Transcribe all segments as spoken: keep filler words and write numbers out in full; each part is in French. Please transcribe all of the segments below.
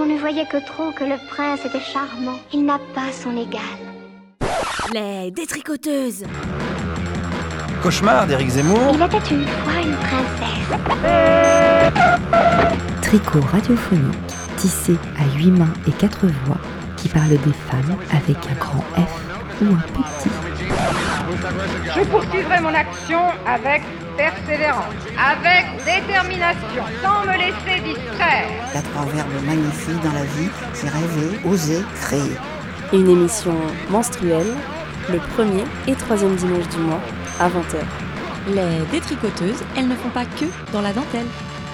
On ne voyait que trop que le prince était charmant. Il n'a pas son égal. Les détricoteuses. Cauchemar d'Éric Zemmour. Il était une fois une princesse. Tricot radiophonique, tissé à huit mains et quatre voix, qui parle des femmes avec un grand F ou un petit. Je poursuivrai mon action avec persévérance, avec détermination, sans me laisser distraire. Il y a trois verbes magnifiques dans la vie, c'est rêver, oser, créer. Une émission menstruelle, le premier et troisième dimanche du mois, à vingt heures. Les détricoteuses, elles ne font pas que dans la dentelle.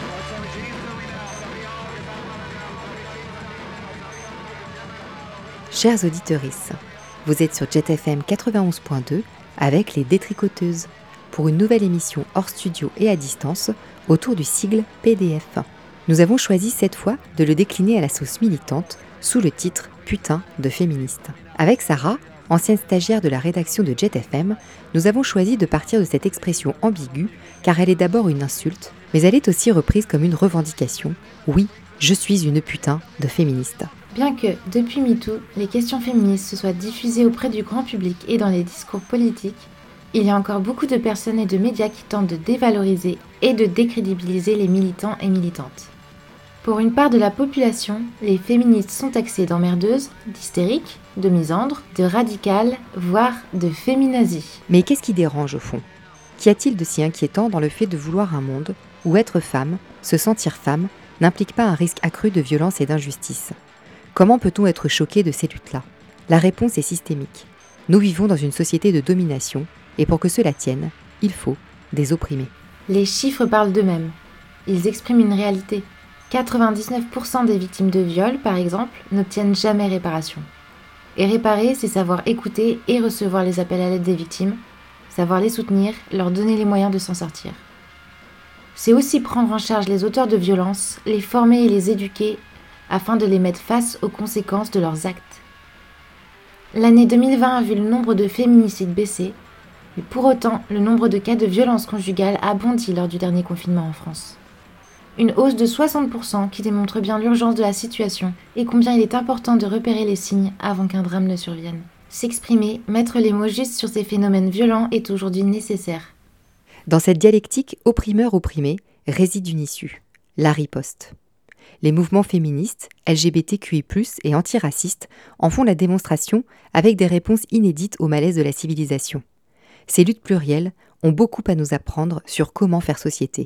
Chers auditrices, vous êtes sur Jet F M quatre-vingt-onze point deux avec les détricoteuses pour une nouvelle émission hors studio et à distance autour du sigle P D F. Nous avons choisi cette fois de le décliner à la sauce militante sous le titre « Putain de féministe ». Avec Sarah, ancienne stagiaire de la rédaction de Jet F M, nous avons choisi de partir de cette expression ambiguë car elle est d'abord une insulte, mais elle est aussi reprise comme une revendication. Oui, je suis une putain de féministe. Bien que, depuis MeToo, les questions féministes se soient diffusées auprès du grand public et dans les discours politiques, il y a encore beaucoup de personnes et de médias qui tentent de dévaloriser et de décrédibiliser les militants et militantes. Pour une part de la population, les féministes sont taxées d'emmerdeuses, d'hystériques, de misandres, de radicales, voire de féminazis. Mais qu'est-ce qui dérange au fond ? Qu'y a-t-il de si inquiétant dans le fait de vouloir un monde où être femme, se sentir femme, n'implique pas un risque accru de violence et d'injustice ? Comment peut-on être choqué de ces luttes-là ? La réponse est systémique. Nous vivons dans une société de domination, et pour que cela tienne, il faut des opprimés. Les chiffres parlent d'eux-mêmes. Ils expriment une réalité. quatre-vingt-dix-neuf pour cent des victimes de viol, par exemple, n'obtiennent jamais réparation. Et réparer, c'est savoir écouter et recevoir les appels à l'aide des victimes, savoir les soutenir, leur donner les moyens de s'en sortir. C'est aussi prendre en charge les auteurs de violences, les former et les éduquer, afin de les mettre face aux conséquences de leurs actes. L'année deux mille vingt a vu le nombre de féminicides baisser, mais pour autant, le nombre de cas de violence conjugale a bondi lors du dernier confinement en France. Une hausse de soixante pour cent qui démontre bien l'urgence de la situation et combien il est important de repérer les signes avant qu'un drame ne survienne. S'exprimer, mettre les mots justes sur ces phénomènes violents est aujourd'hui nécessaire. Dans cette dialectique opprimeur-opprimé réside une issue, la riposte. Les mouvements féministes, L G B T Q I plus, et antiracistes en font la démonstration avec des réponses inédites au malaise de la civilisation. Ces luttes plurielles ont beaucoup à nous apprendre sur comment faire société.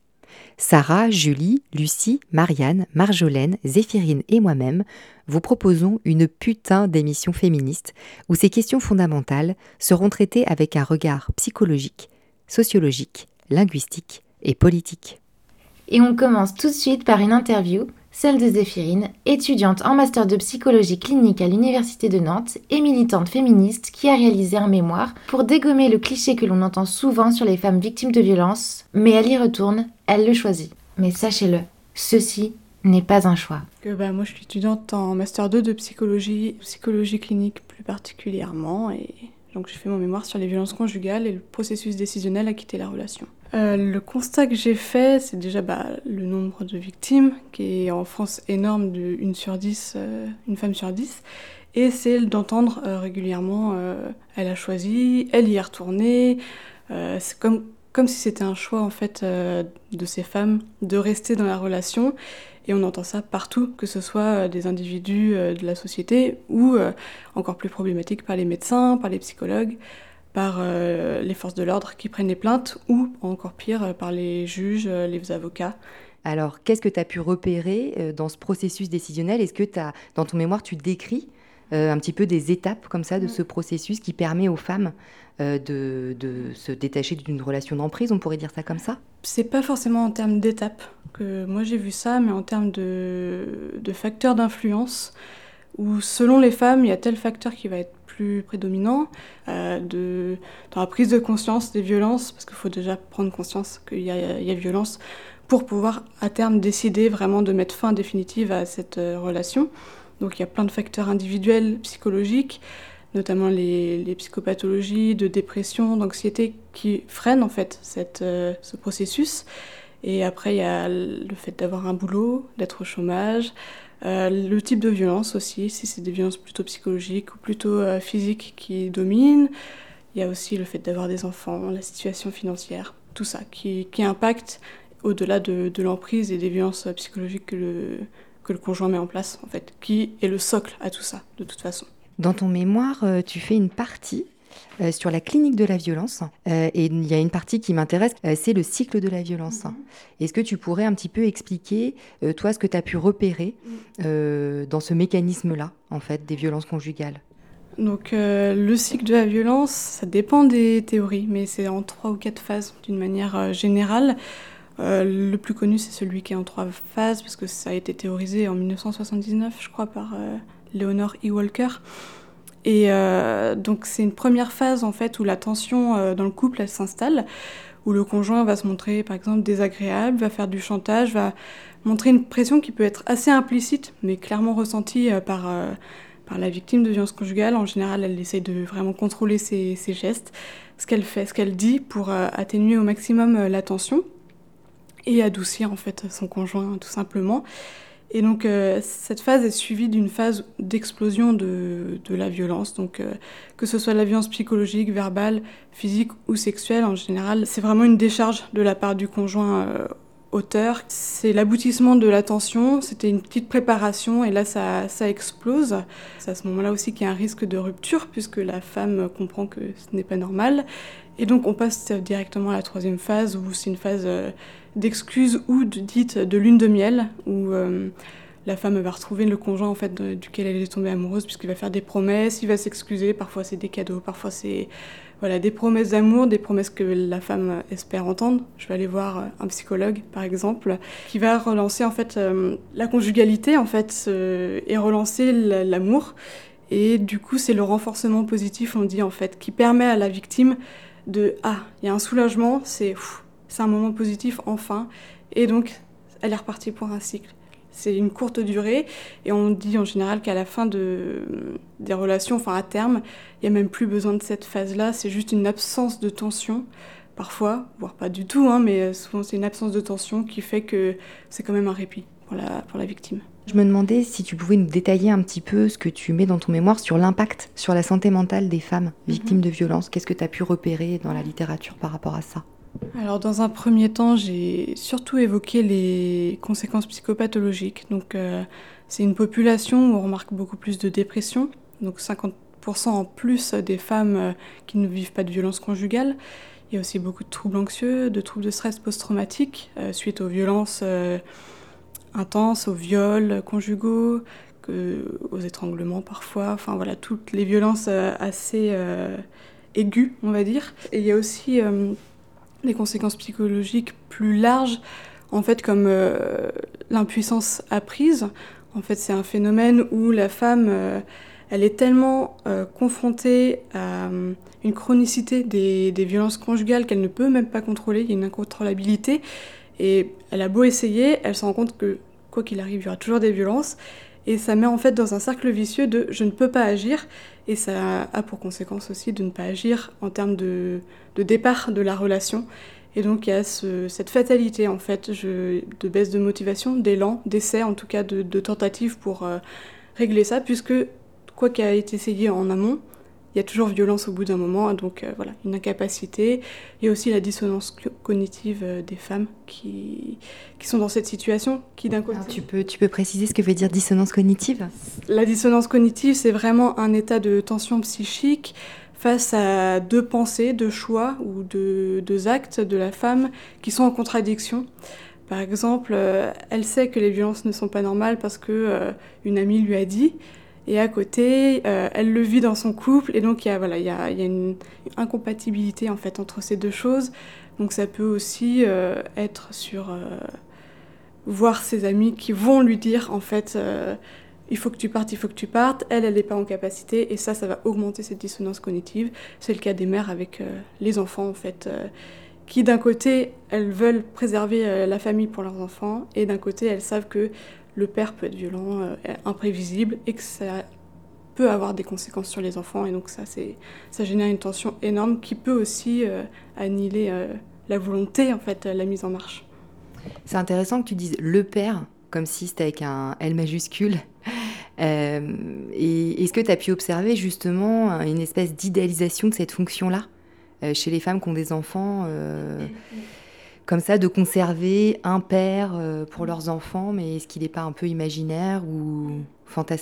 Sarah, Julie, Lucie, Marianne, Marjolaine, Zéphirine et moi-même vous proposons une putain d'émission féministe où ces questions fondamentales seront traitées avec un regard psychologique, sociologique, linguistique et politique. Et on commence tout de suite par une interview, celle de Zéphirine, étudiante en master de psychologie clinique à l'université de Nantes et militante féministe qui a réalisé un mémoire pour dégommer le cliché que l'on entend souvent sur les femmes victimes de violences, mais elle y retourne, elle le choisit. Mais sachez-le, ceci n'est pas un choix. Que, bah, moi je suis étudiante en master deux de psychologie, psychologie clinique plus particulièrement, et donc j'ai fait mon mémoire sur les violences conjugales et le processus décisionnel à quitter la relation. Euh, le constat que j'ai fait, c'est déjà bah, le nombre de victimes, qui est en France énorme, de une sur dix, euh, une femme sur dix, et c'est d'entendre euh, régulièrement euh, « elle a choisi »,« elle y est retournée euh, », c'est comme, comme si c'était un choix en fait euh, de ces femmes de rester dans la relation, et on entend ça partout, que ce soit des individus euh, de la société, ou euh, encore plus problématique par les médecins, par les psychologues, par euh, les forces de l'ordre qui prennent les plaintes, ou encore pire, euh, par les juges, euh, les avocats. Alors, qu'est-ce que tu as pu repérer euh, dans ce processus décisionnel ? Est-ce que t'as, dans ton mémoire, tu décris euh, un petit peu des étapes comme ça de ce processus qui permet aux femmes euh, de, de se détacher d'une relation d'emprise, on pourrait dire ça comme ça ? C'est pas forcément en termes d'étapes que moi j'ai vu ça, mais en termes de, de facteurs d'influence, où selon les femmes, il y a tel facteur qui va être plus prédominant euh, de, dans la prise de conscience des violences, parce qu'il faut déjà prendre conscience qu'il y a, il y a violence pour pouvoir à terme décider vraiment de mettre fin définitive à cette euh, relation. Donc il y a plein de facteurs individuels, psychologiques, notamment les, les psychopathologies de dépression, d'anxiété qui freinent en fait cette, euh, ce processus. Et après, il y a le fait d'avoir un boulot, d'être au chômage, euh, le type de violence aussi, si c'est des violences plutôt psychologiques ou plutôt euh, physiques qui dominent. Il y a aussi le fait d'avoir des enfants, la situation financière, tout ça qui, qui impacte au-delà de, de l'emprise et des violences psychologiques que le, que le conjoint met en place, en fait, qui est le socle à tout ça, de toute façon. Dans ton mémoire, euh, tu fais une partie Euh, sur la clinique de la violence. Euh, et il y a une partie qui m'intéresse, euh, c'est le cycle de la violence. Mm-hmm. Est-ce que tu pourrais un petit peu expliquer, euh, toi, ce que tu as pu repérer euh, dans ce mécanisme-là, en fait, des violences conjugales ? Donc, euh, le cycle de la violence, ça dépend des théories, mais c'est en trois ou quatre phases, d'une manière euh, générale. Euh, le plus connu, c'est celui qui est en trois phases, parce que ça a été théorisé en dix-neuf cent soixante-dix-neuf, je crois, par euh, Leonore E. Walker. Et euh, donc c'est une première phase en fait où la tension euh, dans le couple elle s'installe, où le conjoint va se montrer par exemple désagréable, va faire du chantage, va montrer une pression qui peut être assez implicite mais clairement ressentie euh, par, euh, par la victime de violence conjugale. En général elle essaye de vraiment contrôler ses, ses gestes, ce qu'elle fait, ce qu'elle dit pour euh, atténuer au maximum euh, la tension et adoucir en fait son conjoint tout simplement. Et donc euh, cette phase est suivie d'une phase d'explosion de, de la violence, donc euh, que ce soit la violence psychologique, verbale, physique ou sexuelle en général, c'est vraiment une décharge de la part du conjoint euh, auteur. C'est l'aboutissement de la tension, c'était une petite préparation et là ça, ça explose. C'est à ce moment-là aussi qu'il y a un risque de rupture puisque la femme comprend que ce n'est pas normal. Et donc on passe directement à la troisième phase où c'est une phase euh, d'excuse ou de, dite de lune de miel où euh, la femme va retrouver le conjoint en fait, de, duquel elle est tombée amoureuse puisqu'il va faire des promesses, il va s'excuser, parfois c'est des cadeaux, parfois c'est voilà, des promesses d'amour, des promesses que la femme espère entendre. Je vais aller voir un psychologue par exemple qui va relancer en fait euh, la conjugalité en fait euh, et relancer l'amour et du coup c'est le renforcement positif on dit en fait qui permet à la victime de « ah, il y a un soulagement, c'est, pff, c'est un moment positif, enfin ». Et donc, elle est repartie pour un cycle. C'est une courte durée, et on dit en général qu'à la fin de, des relations, enfin à terme, il n'y a même plus besoin de cette phase-là, c'est juste une absence de tension, parfois, voire pas du tout, hein, mais souvent c'est une absence de tension qui fait que c'est quand même un répit pour la, pour la victime. Je me demandais si tu pouvais nous détailler un petit peu ce que tu mets dans ton mémoire sur l'impact sur la santé mentale des femmes victimes mmh. de violences. Qu'est-ce que tu as pu repérer dans la littérature par rapport à ça ? Alors dans un premier temps, j'ai surtout évoqué les conséquences psychopathologiques. Donc euh, c'est une population où on remarque beaucoup plus de dépression, donc cinquante pour cent en plus des femmes euh, qui ne vivent pas de violence conjugale. Il y a aussi beaucoup de troubles anxieux, de troubles de stress post-traumatique euh, suite aux violences euh, intenses, aux viols conjugaux, que, aux étranglements parfois, enfin voilà, toutes les violences euh, assez euh, aiguës, on va dire. Et il y a aussi euh, des conséquences psychologiques plus larges, en fait, comme euh, l'impuissance apprise. En fait, c'est un phénomène où la femme, euh, elle est tellement euh, confrontée à euh, une chronicité des, des violences conjugales qu'elle ne peut même pas contrôler, il y a une incontrôlabilité. Et elle a beau essayer, elle se rend compte que, quoi qu'il arrive, il y aura toujours des violences. Et ça met en fait dans un cercle vicieux de « je ne peux pas agir ». Et ça a pour conséquence aussi de ne pas agir en termes de, de départ de la relation. Et donc il y a ce, cette fatalité en fait je, de baisse de motivation, d'élan, d'essai en tout cas, de, de tentative pour euh, régler ça. Puisque quoi qu'il ait été essayé en amont, il y a toujours violence au bout d'un moment, donc euh, voilà, une incapacité. Il y a aussi la dissonance cognitive euh, des femmes qui, qui sont dans cette situation, qui d'un côté... Alors, tu peux, tu peux préciser ce que veut dire dissonance cognitive ? La dissonance cognitive, c'est vraiment un état de tension psychique face à deux pensées, deux choix ou deux, deux actes de la femme qui sont en contradiction. Par exemple, euh, elle sait que les violences ne sont pas normales parce que euh, une amie lui a dit... Et à côté, euh, elle le vit dans son couple, et donc il y a, voilà, il y a, il y a une, une incompatibilité en fait, entre ces deux choses. Donc ça peut aussi euh, être sur euh, voir ses amis qui vont lui dire en fait euh, il faut que tu partes, il faut que tu partes. Elle, elle n'est pas en capacité, et ça, ça va augmenter cette dissonance cognitive. C'est le cas des mères avec euh, les enfants en fait, euh, qui d'un côté, elles veulent préserver euh, la famille pour leurs enfants, et d'un côté, elles savent que le père peut être violent, euh, imprévisible, et que ça peut avoir des conséquences sur les enfants. Et donc ça, c'est, ça génère une tension énorme qui peut aussi euh, annihiler euh, la volonté, en fait, la mise en marche. C'est intéressant que tu dises le père, comme si c'était avec un L majuscule. Euh, et est-ce que tu as pu observer justement une espèce d'idéalisation de cette fonction-là euh, chez les femmes qui ont des enfants euh, comme ça, de conserver un père euh, pour leurs enfants, mais est-ce qu'il n'est pas un peu imaginaire ou fantasmatique ?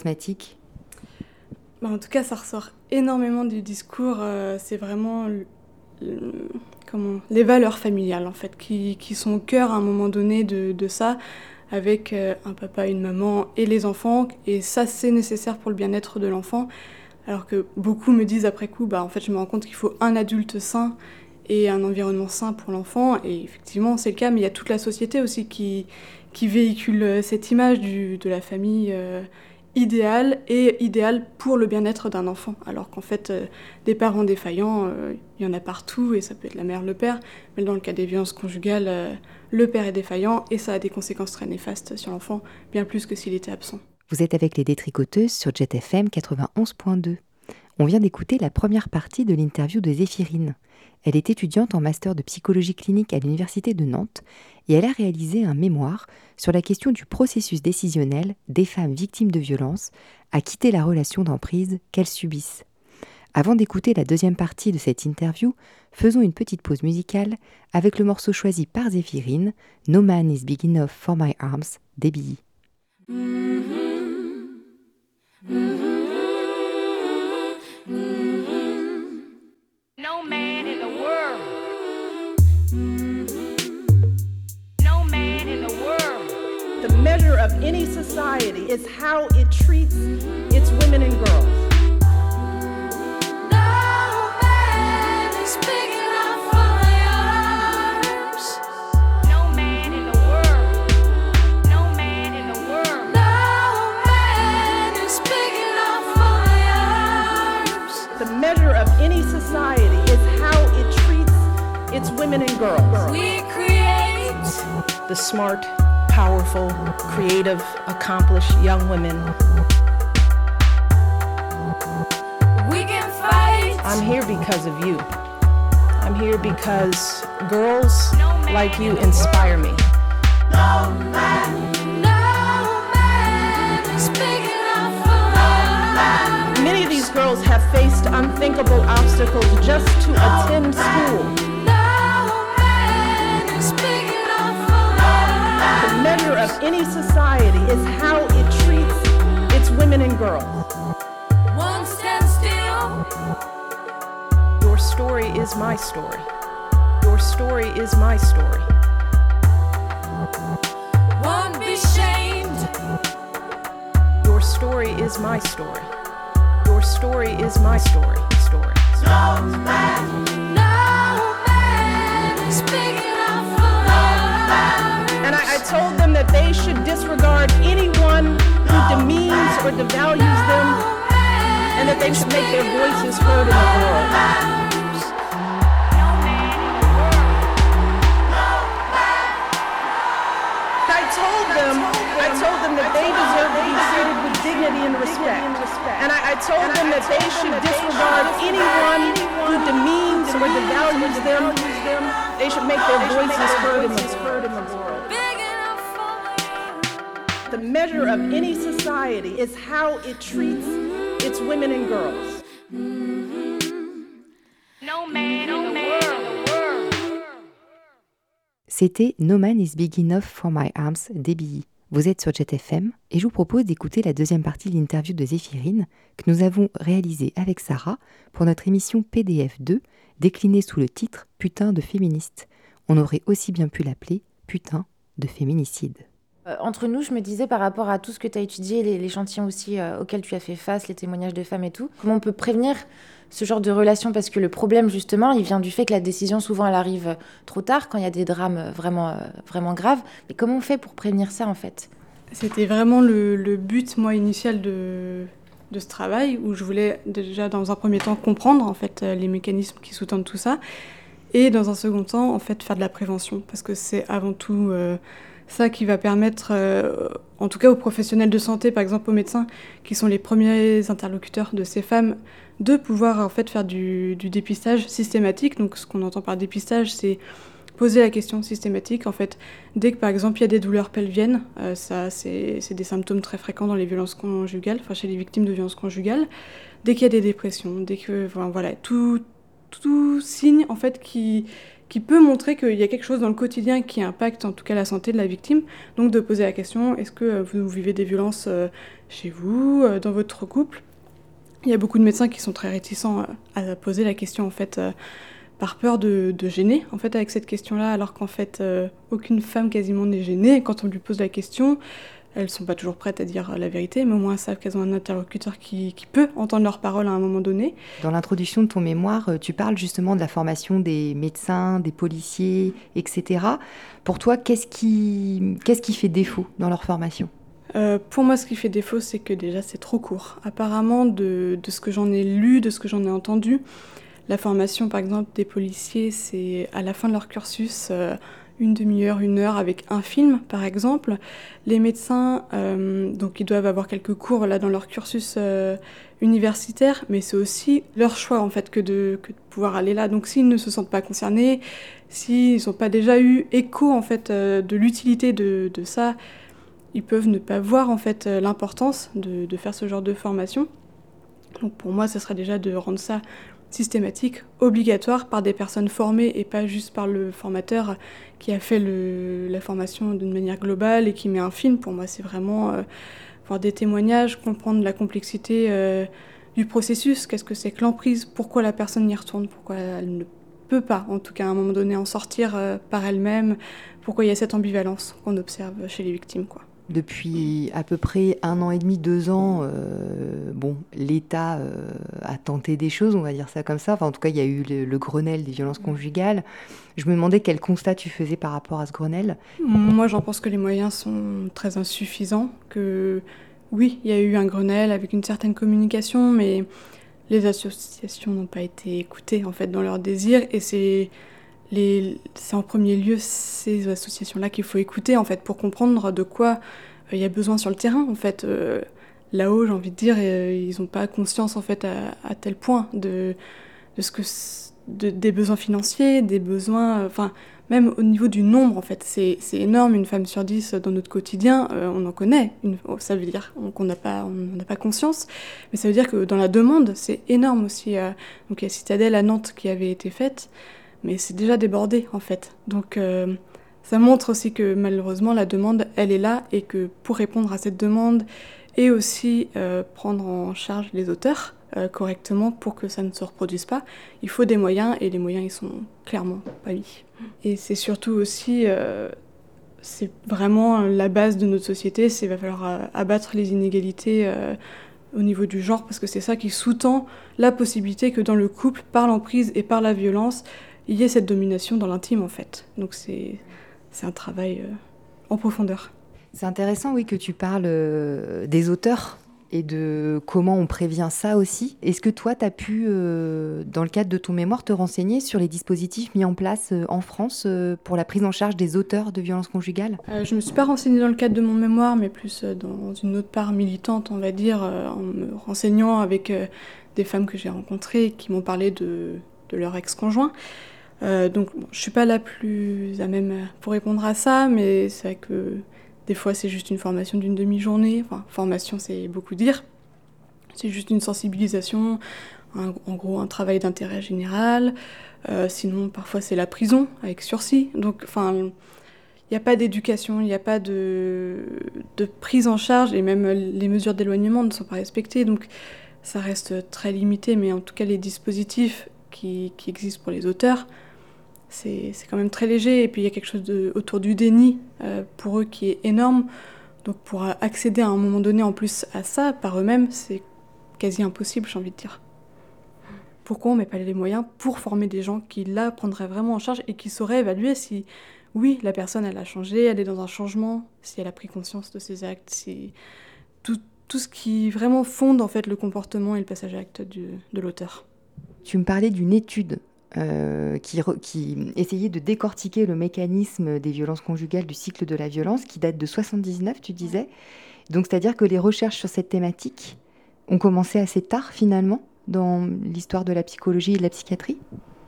Bah, en tout cas, ça ressort énormément du discours. Euh, c'est vraiment le, le, comment, les valeurs familiales, en fait, qui, qui sont au cœur à un moment donné de, de ça, avec euh, un papa, une maman et les enfants. Et ça, c'est nécessaire pour le bien-être de l'enfant. Alors que beaucoup me disent après coup, bah, en fait, je me rends compte qu'il faut un adulte sain et un environnement sain pour l'enfant. Et effectivement, c'est le cas, mais il y a toute la société aussi qui, qui véhicule cette image du, de la famille euh, idéal et idéal pour le bien-être d'un enfant, alors qu'en fait, euh, des parents défaillants, euh, il y en a partout, et ça peut être la mère, le père, mais dans le cas des violences conjugales, euh, le père est défaillant, et ça a des conséquences très néfastes sur l'enfant, bien plus que s'il était absent. Vous êtes avec les Détricoteuses sur Jet F M quatre-vingt-onze point deux. On vient d'écouter la première partie de l'interview de Zéphirine. Elle est étudiante en master de psychologie clinique à l'Université de Nantes et elle a réalisé un mémoire sur la question du processus décisionnel des femmes victimes de violences à quitter la relation d'emprise qu'elles subissent. Avant d'écouter la deuxième partie de cette interview, faisons une petite pause musicale avec le morceau choisi par Zéphirine, No Man is Big Enough for My Arms, d'A B E. Mm-hmm. Mm-hmm. No man in the world. No man in the world. The measure of any society is how it treats its women and girls. No man is big enough for my arms. No man in the world. No man in the world. No man is big enough for my arms. The measure of any society is how it treats its women and girls. We create the smart, powerful, creative, accomplished young women. We can fight. I'm here because of you. I'm here because girls like you inspire me. No man, no man is big enough for my arms. Many of these girls have faced unthinkable obstacles just to attend school. The measure of any society is how it treats its women and girls. One stand still. Your story is my story. Your story is my story. Won't be shamed. Your story is my story. Your story is my story. Story. No man, no man is big enough for my arms. And I, I told them that they should disregard anyone who demeans or devalues them, and that they should make their voices heard in the world. I told them, I told them that they deserve to be treated with dignity and respect. And I, I told them that they should disregard anyone who demeans or devalues them. They should make their voices heard in the world. The measure of any society is how it treats its women and girls. No man in the world. C'était No Man is Big Enough for My Arms d'A B E. Vous êtes sur Jet F M et je vous propose d'écouter la deuxième partie de l'interview de Zéphirine que nous avons réalisée avec Sarah pour notre émission P D F deux, déclinée sous le titre « Putain de féministe ». On aurait aussi bien pu l'appeler « Putain de féminicide ». Euh, entre nous, je me disais par rapport à tout ce que tu as étudié, les, l'échantillon aussi euh, auxquels tu as fait face, les témoignages de femmes et tout, comment on peut prévenir ce genre de relation, parce que le problème justement, il vient du fait que la décision souvent elle arrive trop tard, quand il y a des drames vraiment, euh, vraiment graves. Mais comment on fait pour prévenir ça en fait ? C'était vraiment le, le but, moi, initial de, de ce travail, où je voulais déjà dans un premier temps comprendre en fait les mécanismes qui sous-tendent tout ça, et dans un second temps en fait faire de la prévention, parce que c'est avant tout euh, ça qui va permettre, euh, en tout cas aux professionnels de santé, par exemple aux médecins, qui sont les premiers interlocuteurs de ces femmes, de pouvoir en fait faire du, du dépistage systématique. Donc ce qu'on entend par dépistage, c'est poser la question systématique. En fait, dès que par exemple il y a des douleurs pelviennes, euh, ça c'est, c'est des symptômes très fréquents dans les violences conjugales, enfin chez les victimes de violences conjugales. Dès qu'il y a des dépressions, dès que enfin, voilà, tout, tout signe en fait qui, qui peut montrer qu'il y a quelque chose dans le quotidien qui impacte en tout cas la santé de la victime. Donc de poser la question, est-ce que vous vivez des violences euh, chez vous, euh, dans votre couple ? Il y a beaucoup de médecins qui sont très réticents à poser la question en fait. Euh, par peur de, de gêner, en fait, avec cette question-là, alors qu'en fait, euh, aucune femme quasiment n'est gênée. Quand on lui pose la question, elles ne sont pas toujours prêtes à dire la vérité, mais au moins elles savent qu'elles ont un interlocuteur qui, qui peut entendre leurs paroles à un moment donné. Dans l'introduction de ton mémoire, tu parles justement de la formation des médecins, des policiers, et cetera. Pour toi, qu'est-ce qui, qu'est-ce qui fait défaut dans leur formation ? Euh, pour moi, ce qui fait défaut, c'est que déjà, c'est trop court. Apparemment, de, de ce que j'en ai lu, de ce que j'en ai entendu, la formation, par exemple, des policiers, c'est à la fin de leur cursus, euh, une demi-heure, une heure avec un film, par exemple. Les médecins, euh, donc ils doivent avoir quelques cours là dans leur cursus euh, universitaire, mais c'est aussi leur choix en fait que de, que de pouvoir aller là. Donc s'ils ne se sentent pas concernés, s'ils n'ont pas déjà eu écho en fait euh, de l'utilité de, de ça, ils peuvent ne pas voir en fait euh, l'importance de, de faire ce genre de formation. Donc pour moi, ce serait déjà de rendre ça systématique, obligatoire par des personnes formées et pas juste par le formateur qui a fait le, la formation d'une manière globale et qui met un film. Pour moi, c'est vraiment euh, voir des témoignages, comprendre la complexité euh, du processus, qu'est-ce que c'est que l'emprise, pourquoi la personne y retourne, pourquoi elle ne peut pas, en tout cas à un moment donné, en sortir euh, par elle-même, pourquoi il y a cette ambivalence qu'on observe chez les victimes, quoi. Depuis à peu près un an et demi, deux ans, euh, bon, l'État euh, a tenté des choses, on va dire ça comme ça. Enfin, en tout cas, il y a eu le, le Grenelle des violences conjugales. Je me demandais quel constat tu faisais par rapport à ce Grenelle. Moi, j'en pense que les moyens sont très insuffisants, que oui, il y a eu un Grenelle avec une certaine communication, mais les associations n'ont pas été écoutées en fait dans leurs désirs, et c'est Les, c'est en premier lieu ces associations-là qu'il faut écouter en fait, pour comprendre de quoi il euh, y a besoin sur le terrain. En fait, euh, là-haut, j'ai envie de dire, euh, ils n'ont pas conscience en fait, à, à tel point de, de ce que, de, des besoins financiers, des besoins... Enfin, euh, même au niveau du nombre, en fait, c'est, c'est énorme. Une femme sur dix dans notre quotidien, euh, on en connaît. Une, ça veut dire qu'on n'a pas, on n'a pas conscience. Mais ça veut dire que dans la demande, c'est énorme aussi. Euh, donc il y a Citadelle à Nantes qui avait été faite. Mais c'est déjà débordé, en fait. Donc, euh, ça montre aussi que, malheureusement, la demande, elle est là, et que pour répondre à cette demande, et aussi euh, prendre en charge les auteurs euh, correctement pour que ça ne se reproduise pas, il faut des moyens, et les moyens, ils sont clairement pas mis. Et c'est surtout aussi... Euh, c'est vraiment la base de notre société, c'est qu'il va falloir euh, abattre les inégalités euh, au niveau du genre, parce que c'est ça qui sous-tend la possibilité que dans le couple, par l'emprise et par la violence, il y ait cette domination dans l'intime, en fait. Donc c'est, c'est un travail euh, en profondeur. C'est intéressant, oui, que tu parles euh, des auteurs et de comment on prévient ça aussi. Est-ce que toi, tu as pu, euh, dans le cadre de ton mémoire, te renseigner sur les dispositifs mis en place euh, en France euh, pour la prise en charge des auteurs de violences conjugales ? euh, Je ne me suis pas renseignée dans le cadre de mon mémoire, mais plus euh, dans une autre part militante, on va dire, euh, en me renseignant avec euh, des femmes que j'ai rencontrées qui m'ont parlé de, de leur ex-conjoint. Euh, donc bon, je suis pas la plus à même pour répondre à ça, mais c'est vrai que des fois c'est juste une formation d'une demi-journée. Enfin, formation c'est beaucoup dire. C'est juste une sensibilisation, un, en gros un travail d'intérêt général. Euh, sinon parfois c'est la prison avec sursis. Donc enfin, il n'y a pas d'éducation, il n'y a pas de, de prise en charge, et même les mesures d'éloignement ne sont pas respectées. Donc ça reste très limité, mais en tout cas les dispositifs qui, qui existent pour les auteurs, C'est, c'est quand même très léger, et puis il y a quelque chose de, autour du déni euh, pour eux qui est énorme. Donc pour accéder à un moment donné en plus à ça par eux-mêmes, c'est quasi impossible, j'ai envie de dire. Pourquoi on ne met pas les moyens pour former des gens qui là prendraient vraiment en charge et qui sauraient évaluer si oui, la personne elle a changé, elle est dans un changement, si elle a pris conscience de ses actes, si tout, tout ce qui vraiment fonde en fait le comportement et le passage à l'acte du, de l'auteur. Tu me parlais d'une étude Euh, qui, re, qui essayait de décortiquer le mécanisme des violences conjugales, du cycle de la violence, qui date de soixante-dix-neuf, tu disais. Donc, c'est-à-dire que les recherches sur cette thématique ont commencé assez tard, finalement, dans l'histoire de la psychologie et de la psychiatrie ?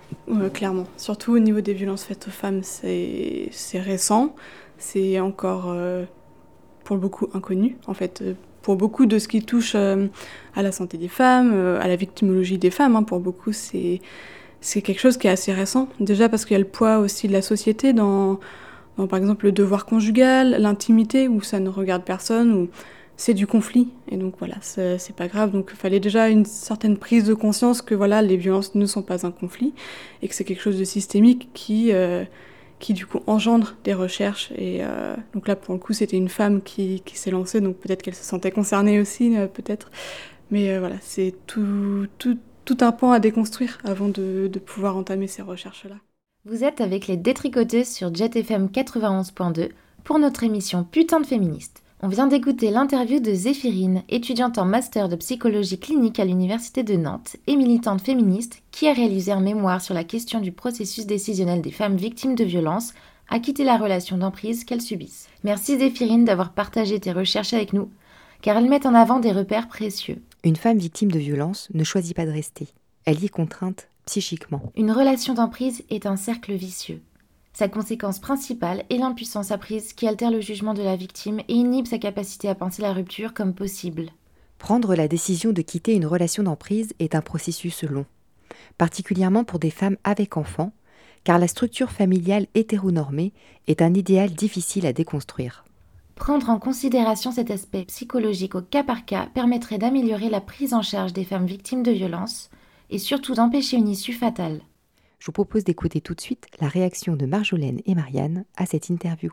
Euh, clairement. Surtout au niveau des violences faites aux femmes, c'est, c'est récent. C'est encore, euh, pour beaucoup, inconnu. En fait, euh, pour beaucoup de ce qui touche euh, à la santé des femmes, euh, à la victimologie des femmes, hein, pour beaucoup, c'est, c'est quelque chose qui est assez récent. Déjà parce qu'il y a le poids aussi de la société dans, dans par exemple, le devoir conjugal, l'intimité, où ça ne regarde personne, où c'est du conflit, et donc voilà, c'est, c'est pas grave. Donc il fallait déjà une certaine prise de conscience que voilà, les violences ne sont pas un conflit, et que c'est quelque chose de systémique qui, euh, qui du coup engendre des recherches. Et euh, donc là, pour le coup, c'était une femme qui, qui s'est lancée, donc peut-être qu'elle se sentait concernée aussi, euh, peut-être. Mais euh, voilà, c'est tout, tout, tout un pan à déconstruire avant de, de pouvoir entamer ces recherches-là. Vous êtes avec les Détricoteuses sur Jet F M quatre-vingt-onze point deux pour notre émission Putain de féministe. On vient d'écouter l'interview de Zéphirine, étudiante en master de psychologie clinique à l'université de Nantes et militante féministe qui a réalisé un mémoire sur la question du processus décisionnel des femmes victimes de violences à quitter la relation d'emprise qu'elles subissent. Merci Zéphirine d'avoir partagé tes recherches avec nous, car elles mettent en avant des repères précieux. Une femme victime de violence ne choisit pas de rester. Elle y est contrainte psychiquement. Une relation d'emprise est un cercle vicieux. Sa conséquence principale est l'impuissance apprise qui altère le jugement de la victime et inhibe sa capacité à penser la rupture comme possible. Prendre la décision de quitter une relation d'emprise est un processus long, particulièrement pour des femmes avec enfants, car la structure familiale hétéronormée est un idéal difficile à déconstruire. Prendre en considération cet aspect psychologique au cas par cas permettrait d'améliorer la prise en charge des femmes victimes de violences et surtout d'empêcher une issue fatale. Je vous propose d'écouter tout de suite la réaction de Marjolaine et Marianne à cette interview.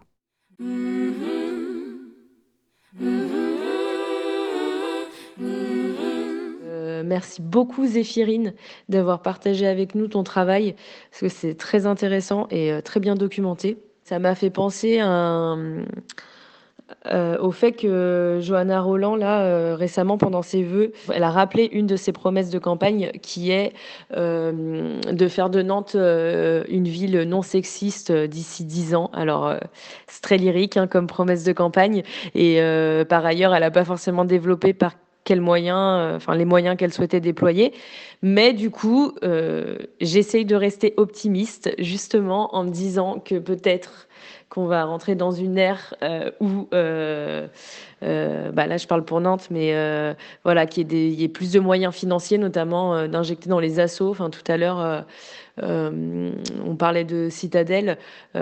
Euh, merci beaucoup Zéphirine d'avoir partagé avec nous ton travail, parce que c'est très intéressant et euh, très bien documenté. Ça m'a fait penser à un... Euh, au fait que Johanna Roland, là, euh, récemment, pendant ses vœux, elle a rappelé une de ses promesses de campagne qui est euh, de faire de Nantes euh, une ville non sexiste euh, d'ici dix ans. Alors, euh, c'est très lyrique hein, comme promesse de campagne. Et euh, par ailleurs, elle n'a pas forcément développé par quels moyens, enfin euh, les moyens qu'elle souhaitait déployer. Mais du coup, euh, j'essaye de rester optimiste, justement, en me disant que peut-être qu'on va rentrer dans une ère euh, où, euh, euh, bah là je parle pour Nantes, mais euh, voilà, qu'il y ait, des, il y ait plus de moyens financiers, notamment euh, d'injecter dans les assos. Enfin, tout à l'heure, euh, euh, on parlait de Citadelle,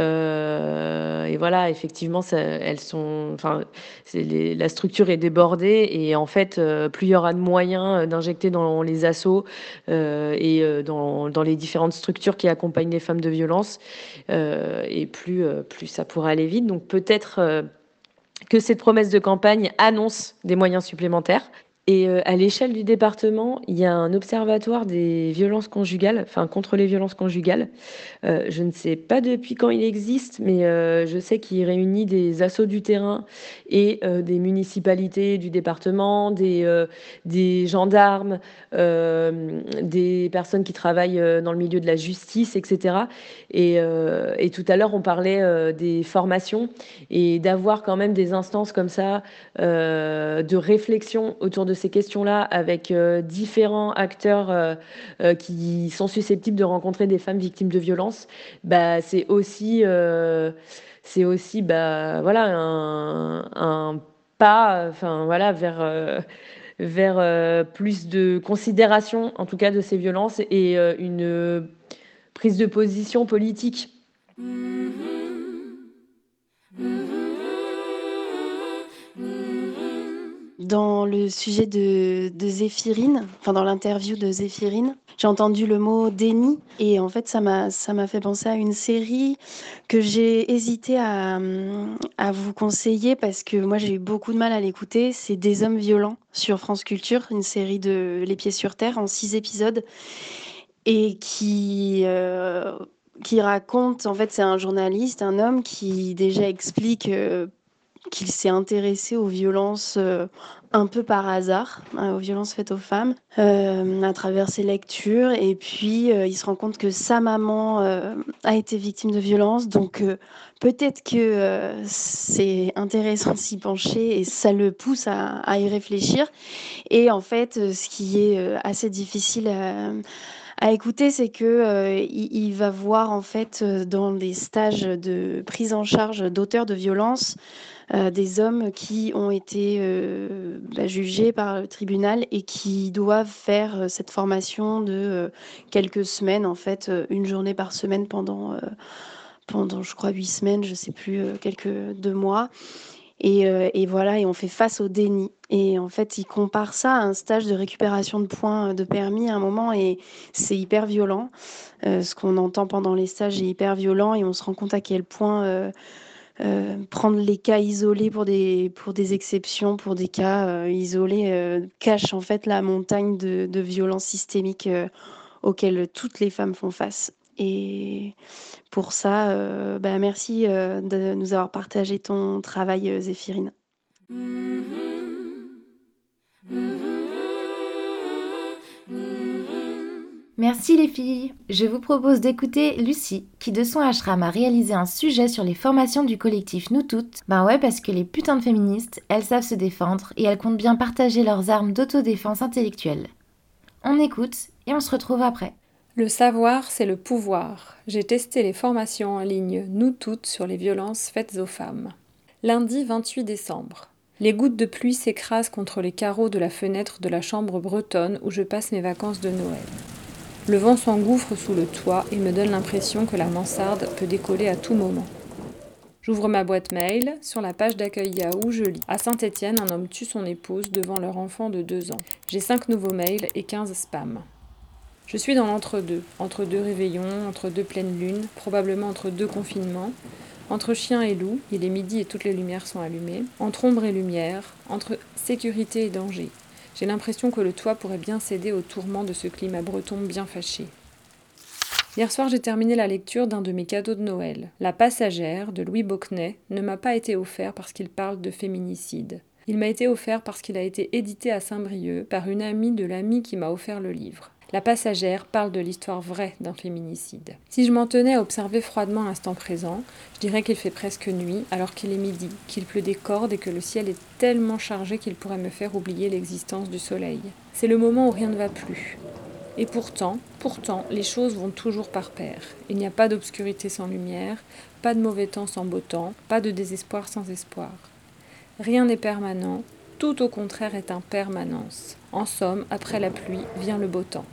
euh, et voilà, effectivement, ça, elles sont, enfin, c'est les, la structure est débordée, et en fait, euh, plus il y aura de moyens d'injecter dans les assos euh, et euh, dans, dans les différentes structures qui accompagnent les femmes de violence, euh, et plus, euh, plus ça pourra aller vite. Donc peut-être euh, que cette promesse de campagne annonce des moyens supplémentaires. Et euh, à l'échelle du département, il y a un observatoire des violences conjugales, enfin contre les violences conjugales. Euh, je ne sais pas depuis quand il existe, mais euh, je sais qu'il réunit des assos du terrain et euh, des municipalités du département, des, euh, des gendarmes, euh, des personnes qui travaillent dans le milieu de la justice, et cetera. Et, euh, et tout à l'heure, on parlait euh, des formations et d'avoir quand même des instances comme ça euh, de réflexion autour de ces questions-là avec euh, différents acteurs euh, euh, qui sont susceptibles de rencontrer des femmes victimes de violences. Bah, c'est aussi, euh, c'est aussi bah, voilà, un, un pas enfin, voilà, vers, euh, vers euh, plus de considération, en tout cas, de ces violences et euh, une prise de position politique. Dans le sujet de, de Zéphirine, enfin dans l'interview de Zéphirine, j'ai entendu le mot déni et en fait ça m'a ça m'a fait penser à une série que j'ai hésité à, à vous conseiller parce que moi j'ai eu beaucoup de mal à l'écouter. C'est Des hommes violents sur France Culture, une série de Les Pieds sur Terre en six épisodes et qui euh, qui raconte, en fait c'est un journaliste, un homme qui déjà explique euh, qu'il s'est intéressé aux violences euh, un peu par hasard, hein, aux violences faites aux femmes, euh, à travers ses lectures. Et puis, euh, il se rend compte que sa maman euh, a été victime de violences. Donc, euh, peut-être que euh, c'est intéressant de s'y pencher et ça le pousse à, à y réfléchir. Et en fait, ce qui est assez difficile à, À écouter, c'est que euh, il, il va voir en fait euh, dans les stages de prise en charge d'auteurs de violences euh, des hommes qui ont été euh, bah, jugés par le tribunal et qui doivent faire euh, cette formation de euh, quelques semaines, en fait, euh, une journée par semaine pendant, euh, pendant je crois, huit semaines, je sais plus, euh, quelques deux mois. Et, euh, et voilà, et on fait face au déni. Et en fait, il compare ça à un stage de récupération de points de permis à un moment, et c'est hyper violent. Euh, ce qu'on entend pendant les stages est hyper violent, et on se rend compte à quel point euh, euh, prendre les cas isolés pour des, pour des exceptions, pour des cas euh, isolés, euh, cache en fait la montagne de, de violences systémiques euh, auxquelles toutes les femmes font face. Et pour ça, euh, bah, merci euh, de nous avoir partagé ton travail, euh, Zéphirine. Merci les filles. Je vous propose d'écouter Lucie, qui de son ashram a réalisé un sujet sur les formations du collectif Nous Toutes. Ben ouais, parce que les putains de féministes, elles savent se défendre et elles comptent bien partager leurs armes d'autodéfense intellectuelle. On écoute et on se retrouve après. Le savoir, c'est le pouvoir. J'ai testé les formations en ligne Nous Toutes sur les violences faites aux femmes. Lundi vingt-huit décembre. Les gouttes de pluie s'écrasent contre les carreaux de la fenêtre de la chambre bretonne où je passe mes vacances de Noël. Le vent s'engouffre sous le toit et me donne l'impression que la mansarde peut décoller à tout moment. J'ouvre ma boîte mail. Sur la page d'accueil Yahoo, je lis « À Saint-Étienne, un homme tue son épouse devant leur enfant de deux ans. J'ai cinq nouveaux mails et quinze spams. » Je suis dans l'entre-deux, entre deux réveillons, entre deux pleines lunes, probablement entre deux confinements, entre chien et loup, il est midi et toutes les lumières sont allumées, entre ombre et lumière, entre sécurité et danger. J'ai l'impression que le toit pourrait bien céder au tourment de ce climat breton bien fâché. Hier soir, j'ai terminé la lecture d'un de mes cadeaux de Noël. La Passagère, de Louis Bocquenet, ne m'a pas été offert parce qu'il parle de féminicide. Il m'a été offert parce qu'il a été édité à Saint-Brieuc par une amie de l'amie qui m'a offert le livre. La Passagère parle de l'histoire vraie d'un féminicide. Si je m'en tenais à observer froidement l'instant présent, je dirais qu'il fait presque nuit alors qu'il est midi, qu'il pleut des cordes et que le ciel est tellement chargé qu'il pourrait me faire oublier l'existence du soleil. C'est le moment où rien ne va plus. Et pourtant, pourtant, les choses vont toujours par paire. Il n'y a pas d'obscurité sans lumière, pas de mauvais temps sans beau temps, pas de désespoir sans espoir. Rien n'est permanent, tout au contraire est impermanence. En somme, après la pluie vient le beau temps.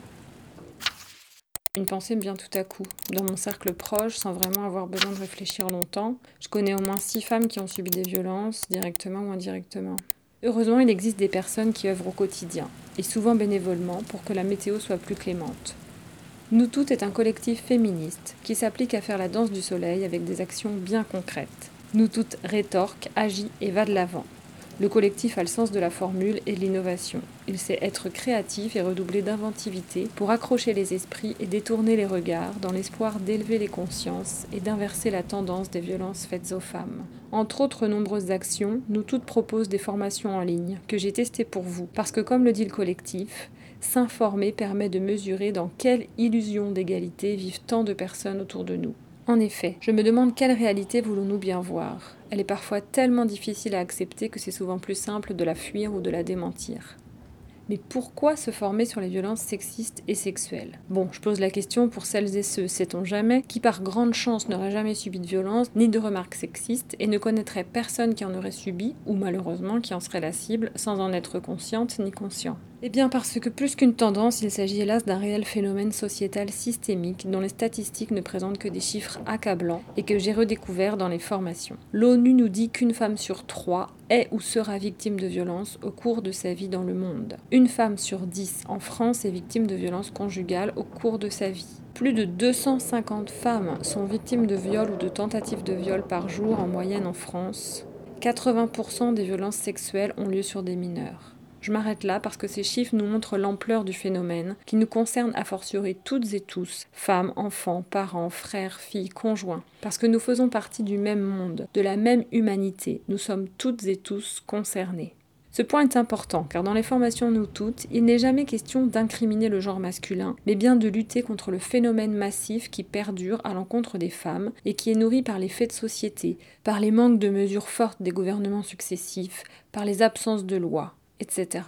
Une pensée me vient tout à coup. Dans mon cercle proche, sans vraiment avoir besoin de réfléchir longtemps, je connais au moins six femmes qui ont subi des violences, directement ou indirectement. Heureusement, il existe des personnes qui œuvrent au quotidien, et souvent bénévolement, pour que la météo soit plus clémente. Nous Toutes est un collectif féministe qui s'applique à faire la danse du soleil avec des actions bien concrètes. Nous Toutes rétorque, agit et va de l'avant. Le collectif a le sens de la formule et de l'innovation. Il sait être créatif et redoubler d'inventivité pour accrocher les esprits et détourner les regards dans l'espoir d'élever les consciences et d'inverser la tendance des violences faites aux femmes. Entre autres nombreuses actions, Nous Toutes proposent des formations en ligne que j'ai testées pour vous parce que, comme le dit le collectif, s'informer permet de mesurer dans quelle illusion d'égalité vivent tant de personnes autour de nous. En effet, je me demande quelle réalité voulons-nous bien voir. Elle est parfois tellement difficile à accepter que c'est souvent plus simple de la fuir ou de la démentir. Mais pourquoi se former sur les violences sexistes et sexuelles ? Bon, je pose la question pour celles et ceux, sait-on jamais, qui par grande chance n'auraient jamais subi de violence ni de remarques sexistes et ne connaîtraient personne qui en aurait subi, ou malheureusement qui en serait la cible, sans en être consciente ni conscient. Eh bien parce que plus qu'une tendance, il s'agit hélas d'un réel phénomène sociétal systémique dont les statistiques ne présentent que des chiffres accablants et que j'ai redécouvert dans les formations. L'ONU nous dit qu'une femme sur trois est ou sera victime de violences au cours de sa vie dans le monde. Une femme sur dix en France est victime de violences conjugales au cours de sa vie. Plus de deux cent cinquante femmes sont victimes de viols ou de tentatives de viol par jour en moyenne en France. quatre-vingts pour cent des violences sexuelles ont lieu sur des mineurs. Je m'arrête là parce que ces chiffres nous montrent l'ampleur du phénomène qui nous concerne a fortiori toutes et tous, femmes, enfants, parents, frères, filles, conjoints. Parce que nous faisons partie du même monde, de la même humanité, nous sommes toutes et tous concernés. Ce point est important car dans les formations Nous Toutes, il n'est jamais question d'incriminer le genre masculin, mais bien de lutter contre le phénomène massif qui perdure à l'encontre des femmes et qui est nourri par les faits de société, par les manques de mesures fortes des gouvernements successifs, par les absences de lois, et cetera.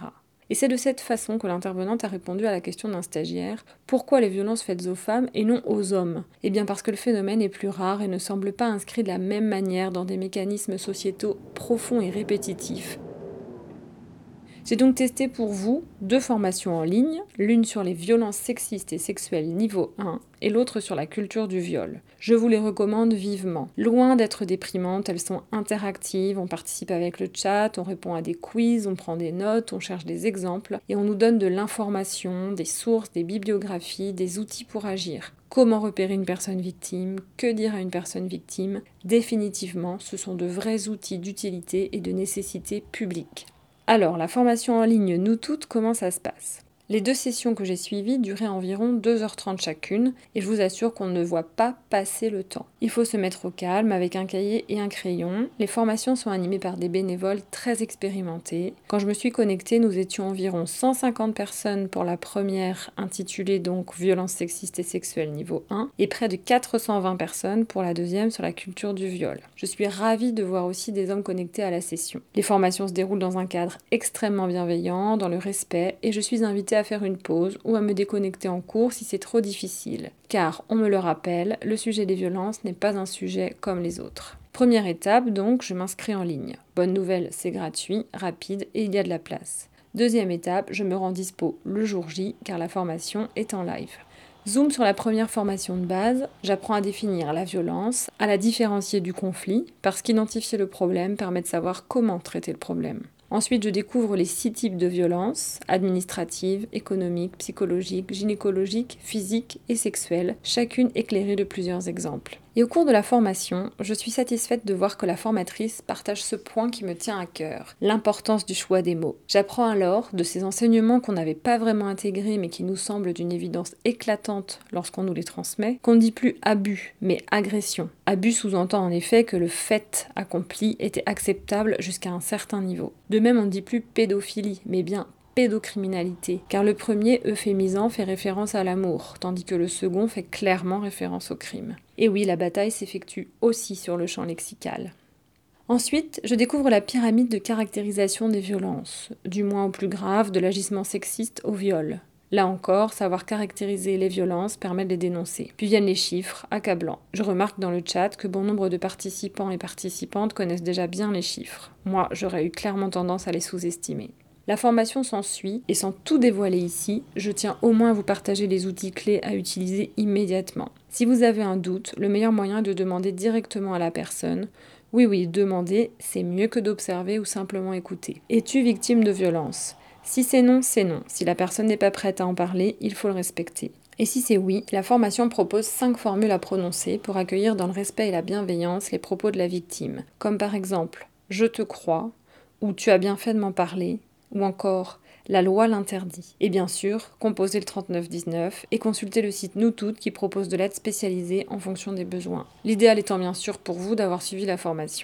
Et c'est de cette façon que l'intervenante a répondu à la question d'un stagiaire « Pourquoi les violences faites aux femmes et non aux hommes ?» Eh bien parce que le phénomène est plus rare et ne semble pas inscrit de la même manière dans des mécanismes sociétaux profonds et répétitifs. J'ai donc testé pour vous deux formations en ligne, l'une sur les violences sexistes et sexuelles niveau un et l'autre sur la culture du viol. Je vous les recommande vivement. Loin d'être déprimantes, elles sont interactives, on participe avec le chat, on répond à des quiz, on prend des notes, on cherche des exemples et on nous donne de l'information, des sources, des bibliographies, des outils pour agir. Comment repérer une personne victime? Que dire à une personne victime? Définitivement, ce sont de vrais outils d'utilité et de nécessité publique. Alors, la formation en ligne Nous Toutes, comment ça se passe? Les deux sessions que j'ai suivies duraient environ deux heures trente chacune et je vous assure qu'on ne voit pas passer le temps. Il faut se mettre au calme avec un cahier et un crayon. Les formations sont animées par des bénévoles très expérimentés. Quand je me suis connectée, nous étions environ cent cinquante personnes pour la première intitulée donc Violences sexistes et sexuelles niveau un et près de quatre cent vingt personnes pour la deuxième sur la culture du viol. Je suis ravie de voir aussi des hommes connectés à la session. Les formations se déroulent dans un cadre extrêmement bienveillant, dans le respect et je suis invitée à à faire une pause ou à me déconnecter en cours si c'est trop difficile. Car, on me le rappelle, le sujet des violences n'est pas un sujet comme les autres. Première étape donc, je m'inscris en ligne. Bonne nouvelle, c'est gratuit, rapide et il y a de la place. Deuxième étape, je me rends dispo le jour J car la formation est en live. Zoom sur la première formation de base, j'apprends à définir la violence, à la différencier du conflit, parce qu'identifier le problème permet de savoir comment traiter le problème. Ensuite, je découvre les six types de violences, administratives, économiques, psychologiques, gynécologiques, physiques et sexuelles, chacune éclairée de plusieurs exemples. Et au cours de la formation, je suis satisfaite de voir que la formatrice partage ce point qui me tient à cœur, l'importance du choix des mots. J'apprends alors de ces enseignements qu'on n'avait pas vraiment intégrés mais qui nous semblent d'une évidence éclatante lorsqu'on nous les transmet, qu'on ne dit plus abus, mais agression. Abus sous-entend en effet que le fait accompli était acceptable jusqu'à un certain niveau. De même, on ne dit plus pédophilie, mais bien pédocriminalité, car le premier, euphémisant, fait référence à l'amour, tandis que le second fait clairement référence au crime. Et oui, la bataille s'effectue aussi sur le champ lexical. Ensuite, je découvre la pyramide de caractérisation des violences, du moins au plus grave, de l'agissement sexiste au viol. Là encore, savoir caractériser les violences permet de les dénoncer. Puis viennent les chiffres, accablants. Je remarque dans le chat que bon nombre de participants et participantes connaissent déjà bien les chiffres. Moi, j'aurais eu clairement tendance à les sous-estimer. La formation s'ensuit, et sans tout dévoiler ici, je tiens au moins à vous partager les outils clés à utiliser immédiatement. Si vous avez un doute, le meilleur moyen est de demander directement à la personne. Oui, oui, demander, c'est mieux que d'observer ou simplement écouter. Es-tu victime de violence ? Si c'est non, c'est non. Si la personne n'est pas prête à en parler, il faut le respecter. Et si c'est oui, la formation propose cinq formules à prononcer pour accueillir dans le respect et la bienveillance les propos de la victime. Comme par exemple « je te crois » ou « tu as bien fait de m'en parler » ou encore « la loi l'interdit ». Et bien sûr, composez le trente-neuf dix-neuf et consultez le site Nous Toutes qui propose de l'aide spécialisée en fonction des besoins. L'idéal étant bien sûr pour vous d'avoir suivi la formation.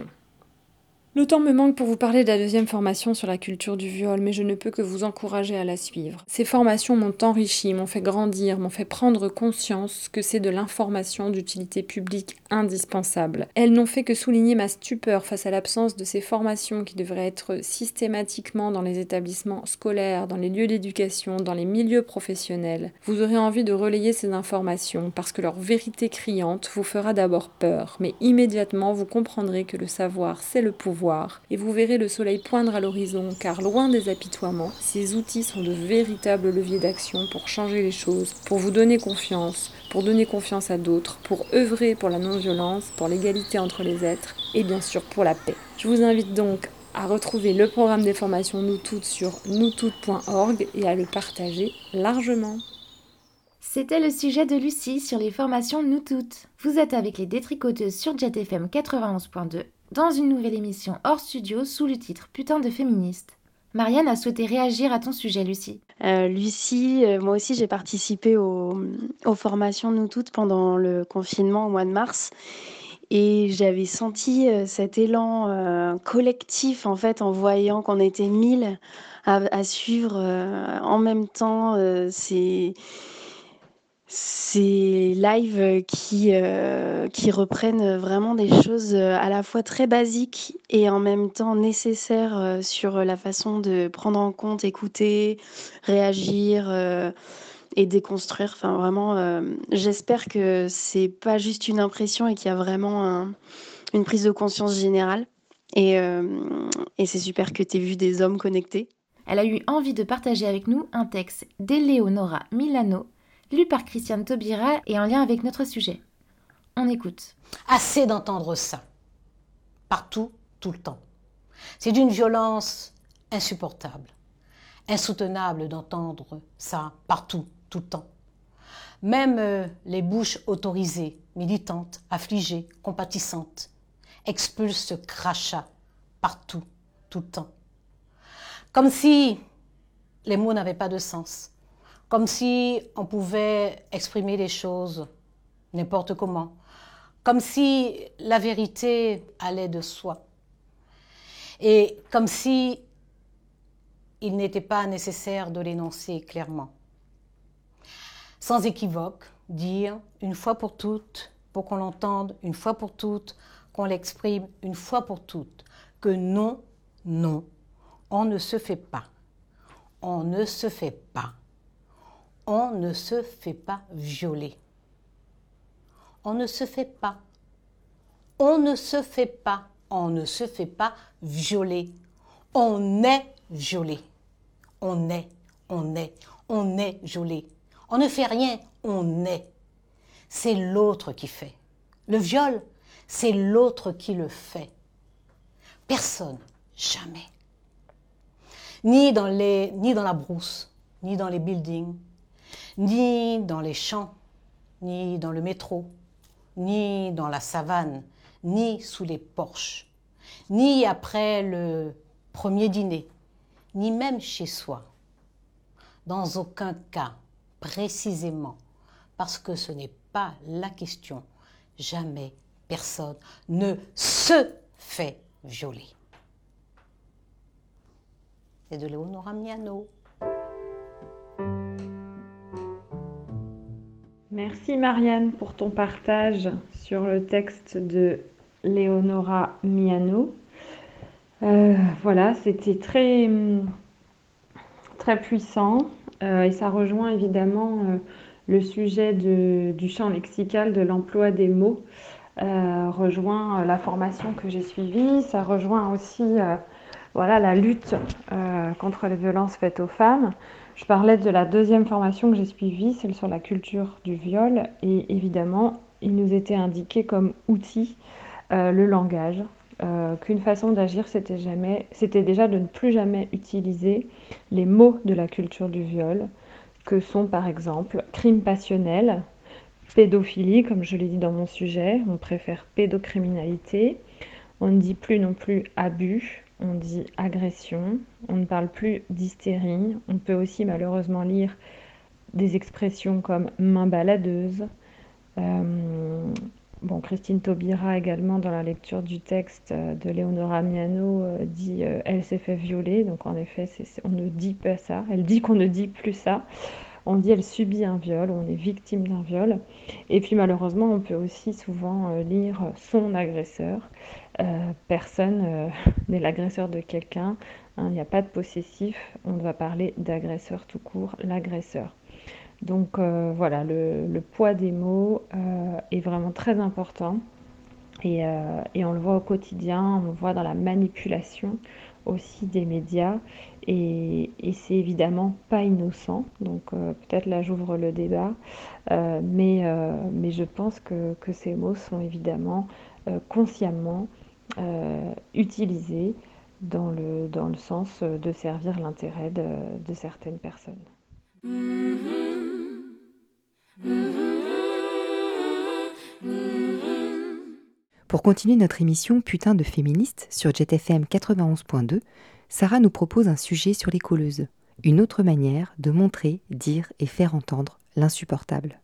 Le temps me manque pour vous parler de la deuxième formation sur la culture du viol, mais je ne peux que vous encourager à la suivre. Ces formations m'ont enrichi, m'ont fait grandir, m'ont fait prendre conscience que c'est de l'information d'utilité publique indispensable. Elles n'ont fait que souligner ma stupeur face à l'absence de ces formations qui devraient être systématiquement dans les établissements scolaires, dans les lieux d'éducation, dans les milieux professionnels. Vous aurez envie de relayer ces informations parce que leur vérité criante vous fera d'abord peur, mais immédiatement vous comprendrez que le savoir, c'est le pouvoir. Et vous verrez le soleil poindre à l'horizon, car loin des apitoiements, ces outils sont de véritables leviers d'action pour changer les choses, pour vous donner confiance, pour donner confiance à d'autres, pour œuvrer pour la non-violence, pour l'égalité entre les êtres et bien sûr pour la paix. Je vous invite donc à retrouver le programme des formations Nous Toutes sur nous toutes point org et à le partager largement. C'était le sujet de Lucie sur les formations Nous Toutes. Vous êtes avec les détricoteuses sur Jet F M quatre-vingt-onze point deux dans une nouvelle émission hors studio sous le titre Putain de féministe. Marianne a souhaité réagir à ton sujet, Lucie. Euh, Lucie, euh, moi aussi j'ai participé au, aux formations Nous Toutes pendant le confinement au mois de mars et j'avais senti euh, cet élan euh, collectif en fait en voyant qu'on était mille à, à suivre euh, en même temps euh, ces... ces lives qui, euh, qui reprennent vraiment des choses à la fois très basiques et en même temps nécessaires sur la façon de prendre en compte, écouter, réagir euh, et déconstruire. Enfin, vraiment, euh, j'espère que c'est pas juste une impression et qu'il y a vraiment un, une prise de conscience générale. Et, euh, et c'est super que tu aies vu des hommes connectés. Elle a eu envie de partager avec nous un texte d'Eleonora Milano, lu par Christiane Taubira et en lien avec notre sujet. On écoute. Assez d'entendre ça. Partout, tout le temps. C'est d'une violence insupportable. Insoutenable d'entendre ça partout, tout le temps. Même euh, les bouches autorisées, militantes, affligées, compatissantes, expulsent ce crachat partout, tout le temps. Comme si les mots n'avaient pas de sens. Comme si on pouvait exprimer les choses n'importe comment. Comme si la vérité allait de soi. Et comme si il n'était pas nécessaire de l'énoncer clairement. Sans équivoque, dire une fois pour toutes, pour qu'on l'entende une fois pour toutes, qu'on l'exprime une fois pour toutes, que non, non, on ne se fait pas. On ne se fait pas. On ne se fait pas violer. On ne se fait pas. On ne se fait pas. On ne se fait pas violer. On est violé. On est, on est, on est violé. On ne fait rien, on est. C'est l'autre qui fait. Le viol, c'est l'autre qui le fait. Personne, jamais. Ni dans les, ni dans la brousse, ni dans les buildings, ni dans les champs, ni dans le métro, ni dans la savane, ni sous les porches, ni après le premier dîner, ni même chez soi. Dans aucun cas, précisément, parce que ce n'est pas la question, jamais personne ne se fait violer. C'est de Eleonora Milano. Merci Marianne pour ton partage sur le texte de Eleonora Milano. Euh, voilà, c'était très, très puissant euh, et ça rejoint évidemment euh, le sujet de, du champ lexical de l'emploi des mots, euh, rejoint la formation que j'ai suivie, ça rejoint aussi euh, voilà, la lutte euh, contre les violences faites aux femmes. Je parlais de la deuxième formation que j'ai suivie, celle sur la culture du viol, et évidemment, il nous était indiqué comme outil euh, le langage, euh, qu'une façon d'agir, c'était jamais, c'était déjà de ne plus jamais utiliser les mots de la culture du viol, que sont par exemple crime passionnel, pédophilie, comme je l'ai dit dans mon sujet, on préfère pédocriminalité, on ne dit plus non plus abus, on dit agression, on ne parle plus d'hystérie, on peut aussi malheureusement lire des expressions comme main baladeuse. Euh, bon, Christine Taubira également dans la lecture du texte de Eleonora Milano euh, dit euh, elle s'est fait violer, donc en effet c'est, c'est, on ne dit pas ça, elle dit qu'on ne dit plus ça. On dit elle subit un viol, on est victime d'un viol. Et puis malheureusement, on peut aussi souvent euh, lire son agresseur. Euh, personne euh, n'est l'agresseur de quelqu'un. Hein, il n'y a pas de possessif. On doit parler d'agresseur tout court, l'agresseur. Donc euh, voilà, le, le poids des mots euh, est vraiment très important. Et, euh, et on le voit au quotidien, on le voit dans la manipulation aussi des médias. Et, et c'est évidemment pas innocent, donc euh, peut-être là j'ouvre le débat, euh, mais, euh, mais je pense que, que ces mots sont évidemment euh, consciemment euh, utilisés dans le, dans le sens de servir l'intérêt de, de certaines personnes. Pour continuer notre émission Putain de féministe sur Jet F M quatre-vingt-onze point deux, Sarah nous propose un sujet sur les colleuses, une autre manière de montrer, dire et faire entendre l'insupportable.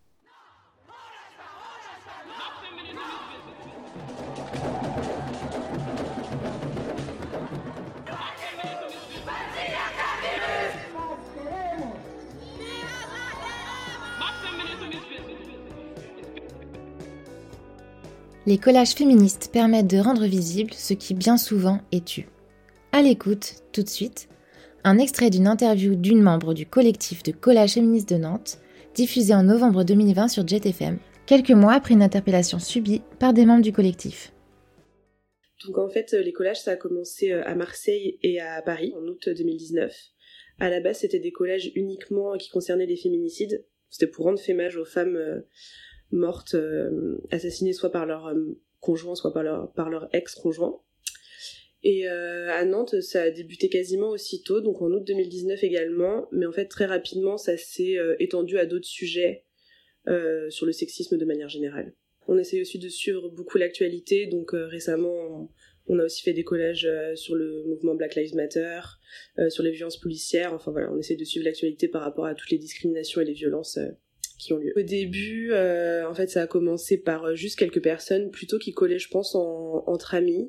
Les collages féministes permettent de rendre visible ce qui bien souvent est tu. À l'écoute, tout de suite, un extrait d'une interview d'une membre du collectif de collage féministe de Nantes, diffusée en novembre deux mille vingt sur Jet F M, quelques mois après une interpellation subie par des membres du collectif. Donc en fait, les collages, ça a commencé à Marseille et à Paris en août deux mille dix-neuf. À la base, c'était des collages uniquement qui concernaient les féminicides. C'était pour rendre hommage aux femmes euh, mortes, euh, assassinées soit par leur euh, conjoint, soit par leur, par leur ex-conjoint. Et euh, à Nantes, ça a débuté quasiment aussitôt, donc en août deux mille dix-neuf également, mais en fait très rapidement, ça s'est euh, étendu à d'autres sujets euh, sur le sexisme de manière générale. On essaye aussi de suivre beaucoup l'actualité, donc euh, récemment, on a aussi fait des collages euh, sur le mouvement Black Lives Matter, euh, sur les violences policières, enfin voilà, on essaie de suivre l'actualité par rapport à toutes les discriminations et les violences euh, qui ont lieu. Au début, euh, en fait, ça a commencé par euh, juste quelques personnes, plutôt qui collaient, je pense, en, entre amis.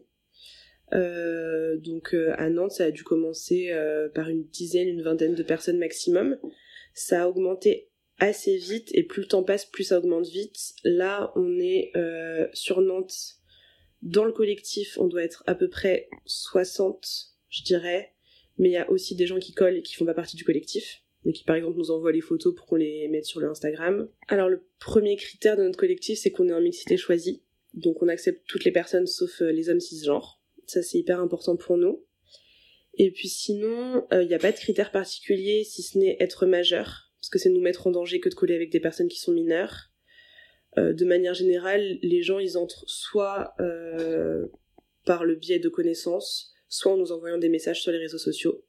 Euh, donc euh, à Nantes, ça a dû commencer euh, par une dizaine, une vingtaine de personnes maximum. Ça a augmenté assez vite, et plus le temps passe, plus ça augmente vite. Là, on est euh, sur Nantes, dans le collectif, on doit être à peu près soixante, je dirais, mais il y a aussi des gens qui collent et qui font pas partie du collectif, et qui par exemple nous envoient les photos pour qu'on les mette sur le Instagram. Alors le premier critère de notre collectif, c'est qu'on est en mixité choisie, donc on accepte toutes les personnes sauf euh, les hommes cisgenres. Ça, c'est hyper important pour nous. Et puis sinon, il euh, n'y a pas de critère particulier, si ce n'est être majeur, parce que c'est nous mettre en danger que de coller avec des personnes qui sont mineures. Euh, de manière générale, les gens, ils entrent soit euh, par le biais de connaissances, soit en nous envoyant des messages sur les réseaux sociaux.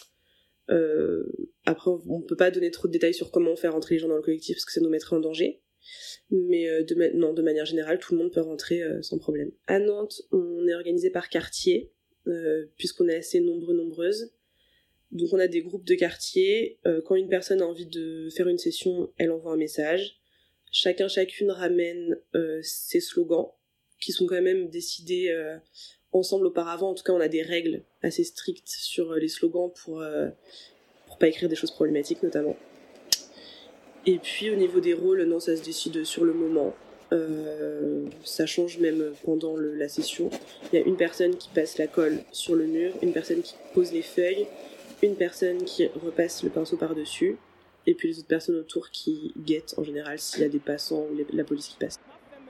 Euh, après, on ne peut pas donner trop de détails sur comment faire rentrer les gens dans le collectif, parce que ça nous mettrait en danger. Mais euh, de, ma- non, de manière générale, tout le monde peut rentrer euh, sans problème. À Nantes, on est organisé par quartier, euh, puisqu'on est assez nombreux, nombreuses. Donc on a des groupes de quartier. Euh, quand une personne a envie de faire une session, elle envoie un message. Chacun, chacune ramène euh, ses slogans, qui sont quand même décidés euh, ensemble auparavant. En tout cas, on a des règles assez strictes sur euh, les slogans pour, euh, pour pas écrire des choses problématiques, notamment. Et puis au niveau des rôles, non, ça se décide sur le moment. Euh, ça change même pendant le, la session. Il y a une personne qui passe la colle sur le mur, une personne qui pose les feuilles, une personne qui repasse le pinceau par-dessus, et puis les autres personnes autour qui guettent en général s'il y a des passants ou les, la police qui passe.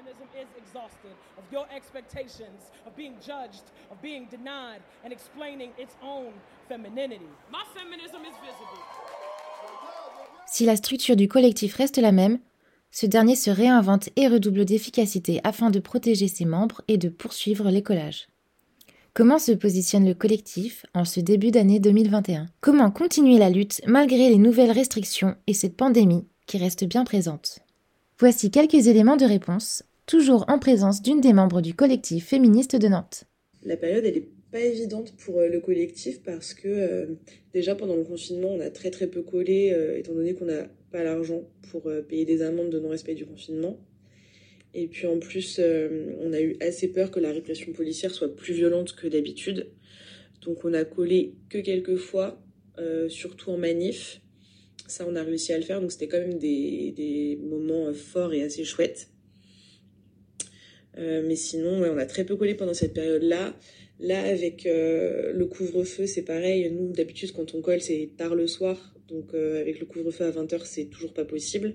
Si la structure du collectif reste la même, ce dernier se réinvente et redouble d'efficacité afin de protéger ses membres et de poursuivre les collages. Comment se positionne le collectif en ce début d'année deux mille vingt et un ? Comment continuer la lutte malgré les nouvelles restrictions et cette pandémie qui reste bien présente ? Voici quelques éléments de réponse, toujours en présence d'une des membres du collectif féministe de Nantes. La période, elle est pas évidente pour le collectif parce que euh, déjà pendant le confinement on a très très peu collé euh, étant donné qu'on n'a pas l'argent pour euh, payer des amendes de non-respect du confinement, et puis en plus euh, on a eu assez peur que la répression policière soit plus violente que d'habitude, donc on a collé que quelques fois, euh, surtout en manif. Ça on a réussi à le faire, donc c'était quand même des, des moments forts et assez chouettes, euh, mais sinon ouais, on a très peu collé pendant cette période là. Là, avec euh, le couvre-feu, c'est pareil. Nous, d'habitude, quand on colle, c'est tard le soir. Donc, euh, avec le couvre-feu à vingt heures, c'est toujours pas possible.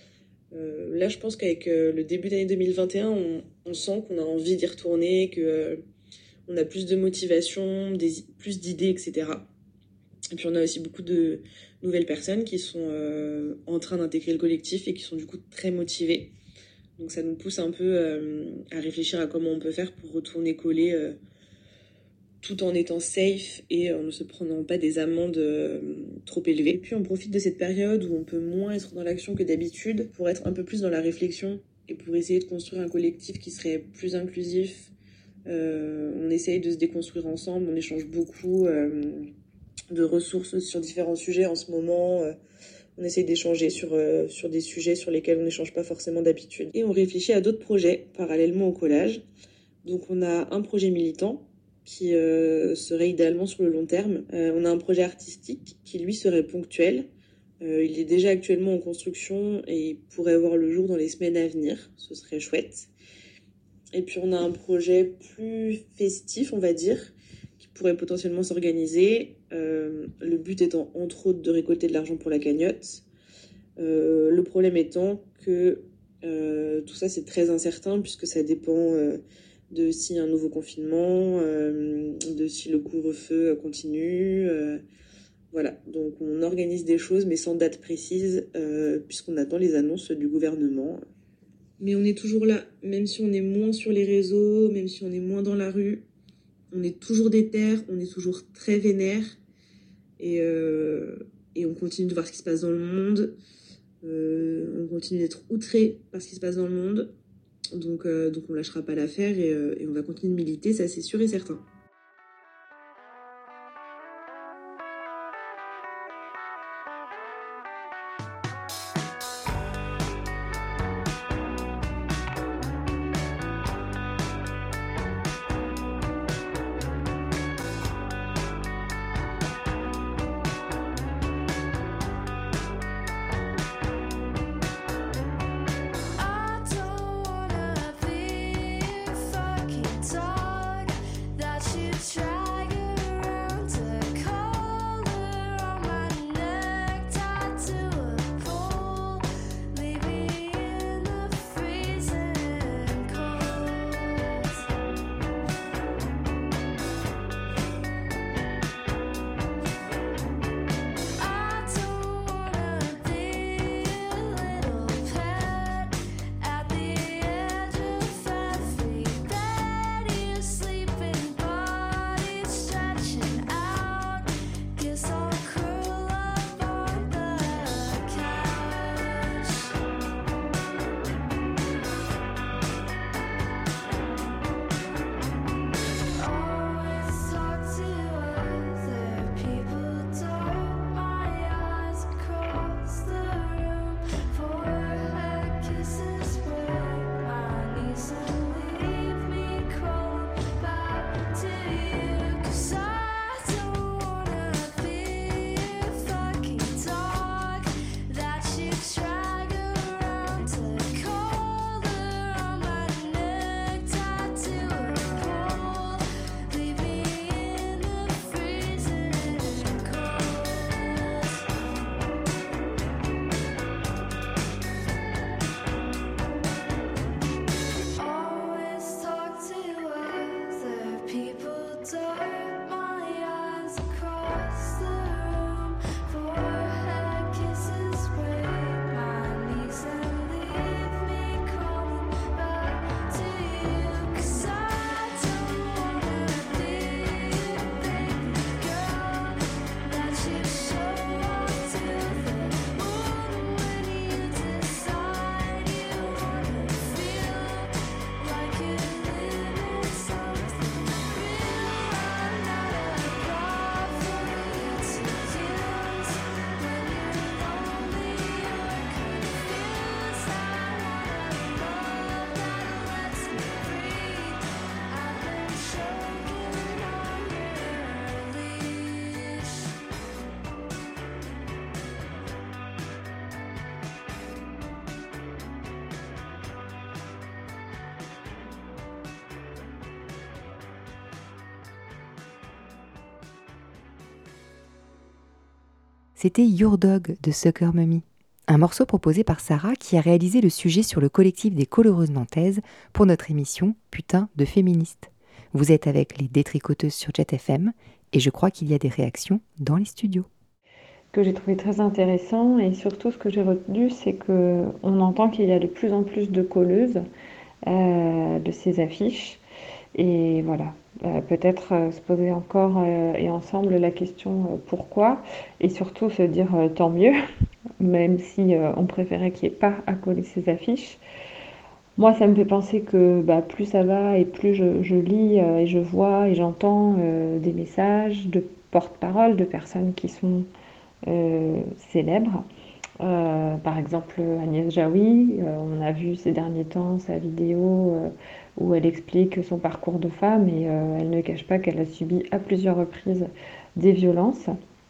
Euh, là, je pense qu'avec euh, le début d'année deux mille vingt et un, on, on sent qu'on a envie d'y retourner, qu'on euh, a plus de motivation, des, plus d'idées, et cetera. Et puis, on a aussi beaucoup de nouvelles personnes qui sont euh, en train d'intégrer le collectif et qui sont du coup très motivées. Donc, ça nous pousse un peu euh, à réfléchir à comment on peut faire pour retourner coller euh, tout en étant safe et en ne se prenant pas des amendes euh, trop élevées. Et puis on profite de cette période où on peut moins être dans l'action que d'habitude pour être un peu plus dans la réflexion et pour essayer de construire un collectif qui serait plus inclusif. Euh, on essaye de se déconstruire ensemble, on échange beaucoup euh, de ressources sur différents sujets en ce moment. Euh, on essaye d'échanger sur, euh, sur des sujets sur lesquels on n'échange pas forcément d'habitude. Et on réfléchit à d'autres projets parallèlement au collage. Donc on a un projet militant qui euh, serait idéalement sur le long terme. Euh, on a un projet artistique qui, lui, serait ponctuel. Euh, il est déjà actuellement en construction et il pourrait voir le jour dans les semaines à venir. Ce serait chouette. Et puis on a un projet plus festif, on va dire, qui pourrait potentiellement s'organiser. Euh, le but étant entre autres de récolter de l'argent pour la cagnotte. Euh, le problème étant que euh, tout ça c'est très incertain puisque ça dépend euh, de s'il y a un nouveau confinement, euh, de si le couvre-feu continue. Euh, voilà, donc on organise des choses mais sans date précise euh, puisqu'on attend les annonces du gouvernement. Mais on est toujours là, même si on est moins sur les réseaux, même si on est moins dans la rue, on est toujours déter, on est toujours très vénère et, euh, et on continue de voir ce qui se passe dans le monde. Euh, on continue d'être outré par ce qui se passe dans le monde, donc, euh, donc on lâchera pas l'affaire et, euh, et on va continuer de militer, ça c'est sûr et certain. C'était Your Dog de Sucker Mummy, un morceau proposé par Sarah qui a réalisé le sujet sur le collectif des coloreuses nantaises pour notre émission Putain de féministes. Vous êtes avec les détricoteuses sur Jet F M et je crois qu'il y a des réactions dans les studios. Que j'ai trouvé très intéressant et surtout ce que j'ai retenu, c'est qu'on entend qu'il y a de plus en plus de colleuses euh, de ces affiches. Et voilà, euh, peut-être euh, se poser encore euh, et ensemble la question euh, pourquoi, et surtout se dire euh, tant mieux, même si euh, on préférait qu'il n'y ait pas à coller ces affiches. Moi, ça me fait penser que bah, plus ça va et plus je, je lis euh, et je vois et j'entends euh, des messages de porte-parole de personnes qui sont euh, célèbres. Euh, par exemple Agnès Jaoui, euh, on a vu ces derniers temps sa vidéo euh, où elle explique son parcours de femme et euh, elle ne cache pas qu'elle a subi à plusieurs reprises des violences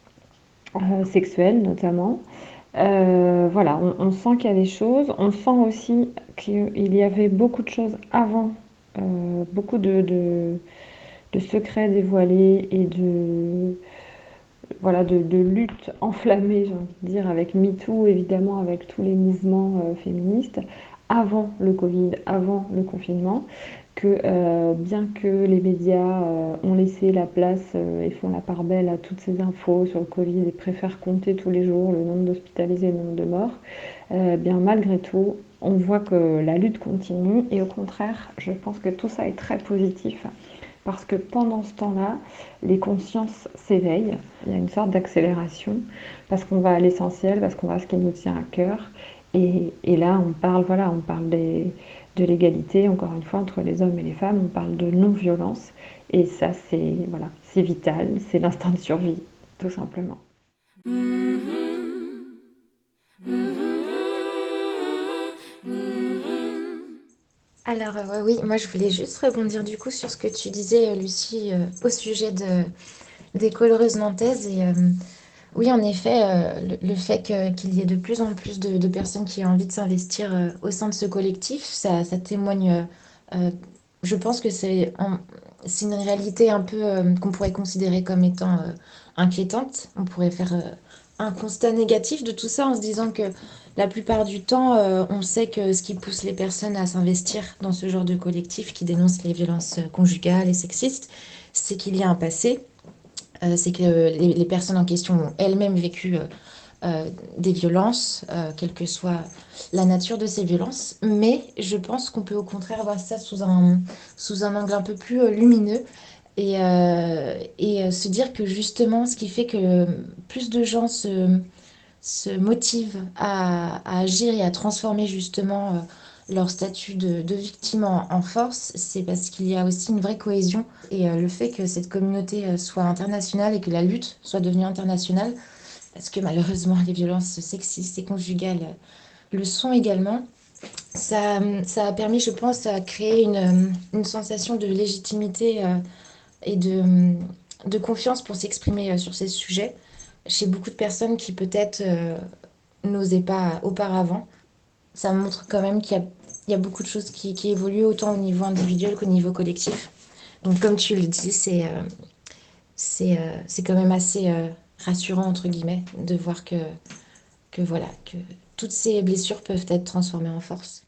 euh, sexuelles notamment. Euh, voilà, on, on sent qu'il y a des choses, on sent aussi qu'il y avait beaucoup de choses avant euh, beaucoup de, de, de secrets dévoilés et de, voilà, de, de luttes enflammées, j'ai envie de dire, avec MeToo, évidemment, avec tous les mouvements euh, féministes, avant le Covid, avant le confinement, que euh, bien que les médias euh, ont laissé la place euh, et font la part belle à toutes ces infos sur le Covid et préfèrent compter tous les jours le nombre d'hospitalisés et le nombre de morts, euh, bien malgré tout, on voit que la lutte continue et au contraire, je pense que tout ça est très positif parce que pendant ce temps-là, les consciences s'éveillent, il y a une sorte d'accélération parce qu'on va à l'essentiel, parce qu'on va à ce qui nous tient à cœur et, et là on parle, voilà, on parle des, de l'égalité, encore une fois, entre les hommes et les femmes, on parle de non-violence et ça c'est, voilà, c'est vital, c'est l'instinct de survie, tout simplement. Alors euh, ouais, oui, moi je voulais juste rebondir du coup sur ce que tu disais, euh, Lucie, euh, au sujet de, des coloreuses nantaises. Et euh, oui, en effet, euh, le, le fait que- qu'il y ait de plus en plus de, de personnes qui ont envie de s'investir euh, au sein de ce collectif, ça, ça témoigne, euh, euh, je pense que c'est un- c'est une réalité un peu euh, qu'on pourrait considérer comme étant euh, inquiétante. On pourrait faire euh, un constat négatif de tout ça en se disant que la plupart du temps, euh, on sait que ce qui pousse les personnes à s'investir dans ce genre de collectif qui dénonce les violences euh, conjugales et sexistes, c'est qu'il y a un passé, euh, c'est que les, les personnes en question ont elles-mêmes vécu euh, euh, des violences, euh, quelle que soit la nature de ces violences. Mais je pense qu'on peut au contraire voir ça sous un, sous un angle un peu plus euh, lumineux et, euh, et euh, se dire que justement, ce qui fait que plus de gens se se motivent à, à agir et à transformer justement euh, leur statut de, de victime en, en force, c'est parce qu'il y a aussi une vraie cohésion et euh, le fait que cette communauté euh, soit internationale et que la lutte soit devenue internationale, parce que malheureusement les violences sexistes et conjugales euh, le sont également, ça, ça a permis, je pense, à créer une, euh, une sensation de légitimité euh, et de, de confiance pour s'exprimer euh, sur ces sujets chez beaucoup de personnes qui peut-être euh, n'osaient pas auparavant. Ça montre quand même qu'il y a, il y a beaucoup de choses qui, qui évoluent autant au niveau individuel qu'au niveau collectif. Donc comme tu le dis, c'est euh, c'est euh, c'est quand même assez euh, rassurant, entre guillemets, de voir que, que, voilà, que toutes ces blessures peuvent être transformées en force.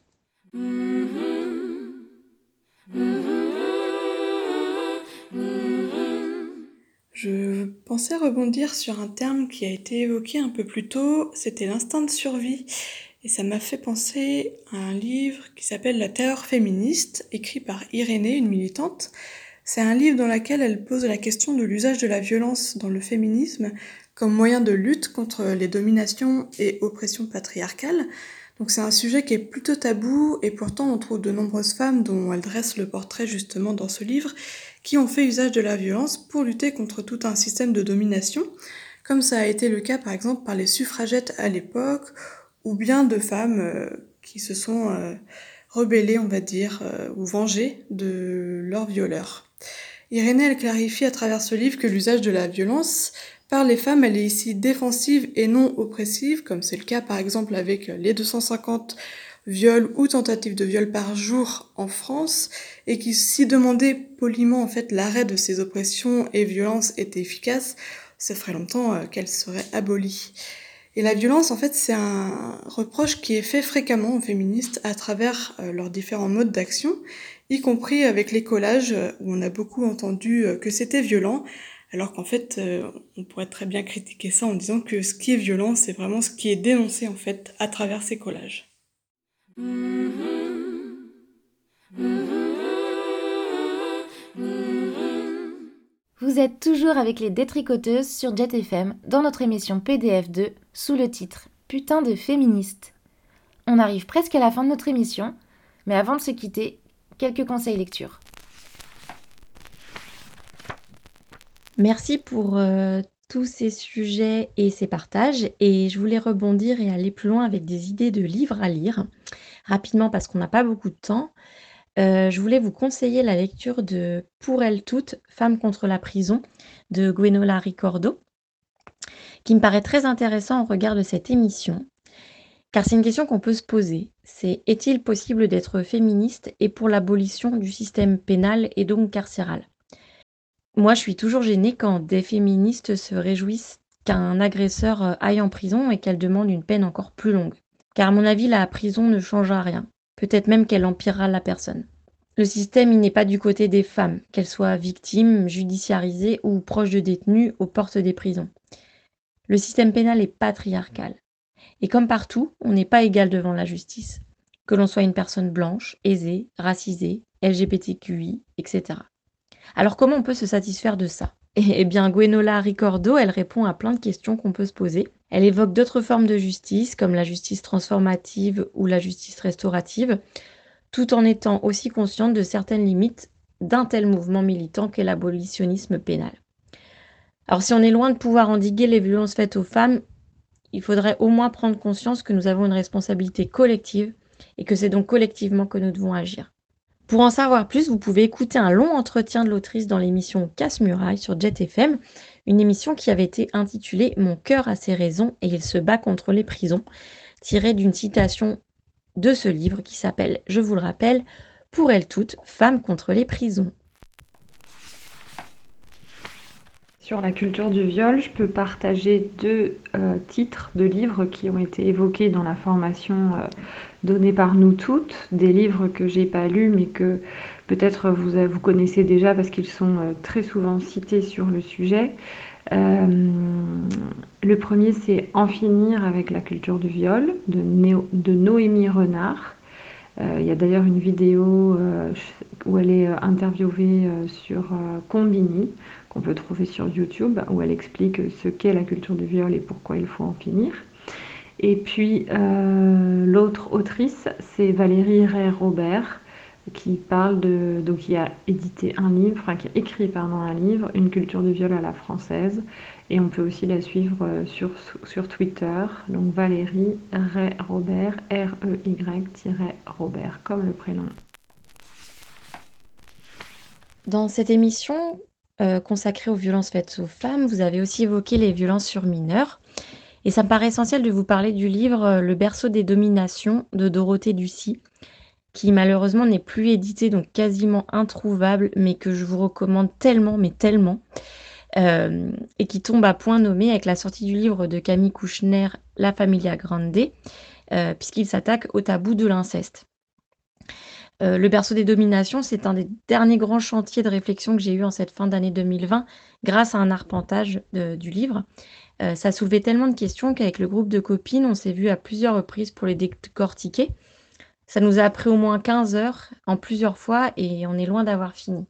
Je pensais rebondir sur un terme qui a été évoqué un peu plus tôt, c'était l'instinct de survie. Et ça m'a fait penser à un livre qui s'appelle La terreur féministe, écrit par Irénée, une militante. C'est un livre dans lequel elle pose la question de l'usage de la violence dans le féminisme comme moyen de lutte contre les dominations et oppressions patriarcales. Donc c'est un sujet qui est plutôt tabou et pourtant on trouve de nombreuses femmes dont elle dresse le portrait justement dans ce livre qui ont fait usage de la violence pour lutter contre tout un système de domination, comme ça a été le cas par exemple par les suffragettes à l'époque ou bien de femmes euh, qui se sont euh, rebellées, on va dire, euh, ou vengées de leurs violeurs. Irénée, elle clarifie à travers ce livre que l'usage de la violence par les femmes, elle est ici défensive et non oppressive, comme c'est le cas par exemple avec les deux cent cinquante viols ou tentatives de viol par jour en France, et qui, si demandait poliment en fait l'arrêt de ces oppressions et violences était efficace, ça ferait longtemps euh, qu'elle serait abolie. Et la violence, en fait, c'est un reproche qui est fait fréquemment aux féministes à travers euh, leurs différents modes d'action, y compris avec les collages, euh, où on a beaucoup entendu euh, que c'était violent, alors qu'en fait, euh, on pourrait très bien critiquer ça en disant que ce qui est violent, c'est vraiment ce qui est dénoncé, en fait, à travers ces collages. Vous êtes toujours avec les détricoteuses sur Jet F M dans notre émission P D F deux sous le titre Putain de féministe. On arrive presque à la fin de notre émission, mais avant de se quitter, quelques conseils lecture. Merci pour euh, tous ces sujets et ces partages. Et je voulais rebondir et aller plus loin avec des idées de livres à lire, rapidement parce qu'on n'a pas beaucoup de temps. Euh, je voulais vous conseiller la lecture de Pour elles toutes, Femmes contre la prison, de Gwenola Ricordo, qui me paraît très intéressant au regard de cette émission. Car c'est une question qu'on peut se poser. C'est est-il possible d'être féministe et pour l'abolition du système pénal et donc carcéral? Moi, je suis toujours gênée quand des féministes se réjouissent qu'un agresseur euh, aille en prison et qu'elles demandent une peine encore plus longue. Car à mon avis, la prison ne changera rien. Peut-être même qu'elle empirera la personne. Le système, il n'est pas du côté des femmes, qu'elles soient victimes, judiciarisées ou proches de détenus aux portes des prisons. Le système pénal est patriarcal. Et comme partout, on n'est pas égal devant la justice. Que l'on soit une personne blanche, aisée, racisée, L G B T Q I, et cetera. Alors comment on peut se satisfaire de ça? Eh bien, Gwenola Ricordo, elle répond à plein de questions qu'on peut se poser. Elle évoque d'autres formes de justice, comme la justice transformative ou la justice restaurative, tout en étant aussi consciente de certaines limites d'un tel mouvement militant qu'est l'abolitionnisme pénal. Alors si on est loin de pouvoir endiguer les violences faites aux femmes, il faudrait au moins prendre conscience que nous avons une responsabilité collective et que c'est donc collectivement que nous devons agir. Pour en savoir plus, vous pouvez écouter un long entretien de l'autrice dans l'émission Casse-Muraille sur Jet F M, une émission qui avait été intitulée « Mon cœur a ses raisons et il se bat contre les prisons », tirée d'une citation de ce livre qui s'appelle, je vous le rappelle, « Pour elles toutes, femmes contre les prisons ». Sur la culture du viol, je peux partager deux euh, titres de livres qui ont été évoqués dans la formation euh, donnée par nous toutes, des livres que j'ai pas lus mais que peut-être vous, vous connaissez déjà parce qu'ils sont euh, très souvent cités sur le sujet. Euh, le premier, c'est En finir avec la culture du viol de, Néo, de Noémie Renard. Euh, il y a d'ailleurs une vidéo euh, où elle est interviewée euh, sur euh, Combini, qu'on peut trouver sur YouTube, où elle explique ce qu'est la culture du viol et pourquoi il faut en finir. Et puis euh, l'autre autrice, c'est Valérie Ray-Robert, qui parle de, donc qui a édité un livre, enfin qui a écrit pardon un livre, Une culture du viol à la française, et on peut aussi la suivre sur, sur Twitter, donc Valérie Ray-Robert, R E Y-Robert, comme le prénom. Dans cette émission euh, consacrée aux violences faites aux femmes, vous avez aussi évoqué les violences sur mineurs, et ça me paraît essentiel de vous parler du livre Le berceau des dominations de Dorothée Ducy, qui malheureusement n'est plus édité, donc quasiment introuvable, mais que je vous recommande tellement, mais tellement, euh, et qui tombe à point nommé avec la sortie du livre de Camille Kouchner, La Familia Grande, euh, puisqu'il s'attaque au tabou de l'inceste. Euh, le berceau des dominations, c'est un des derniers grands chantiers de réflexion que j'ai eu en cette fin d'année deux mille vingt, grâce à un arpentage de, du livre. Euh, ça soulevait tellement de questions qu'avec le groupe de copines, on s'est vu à plusieurs reprises pour les décortiquer. Ça nous a pris au moins quinze heures en plusieurs fois et on est loin d'avoir fini.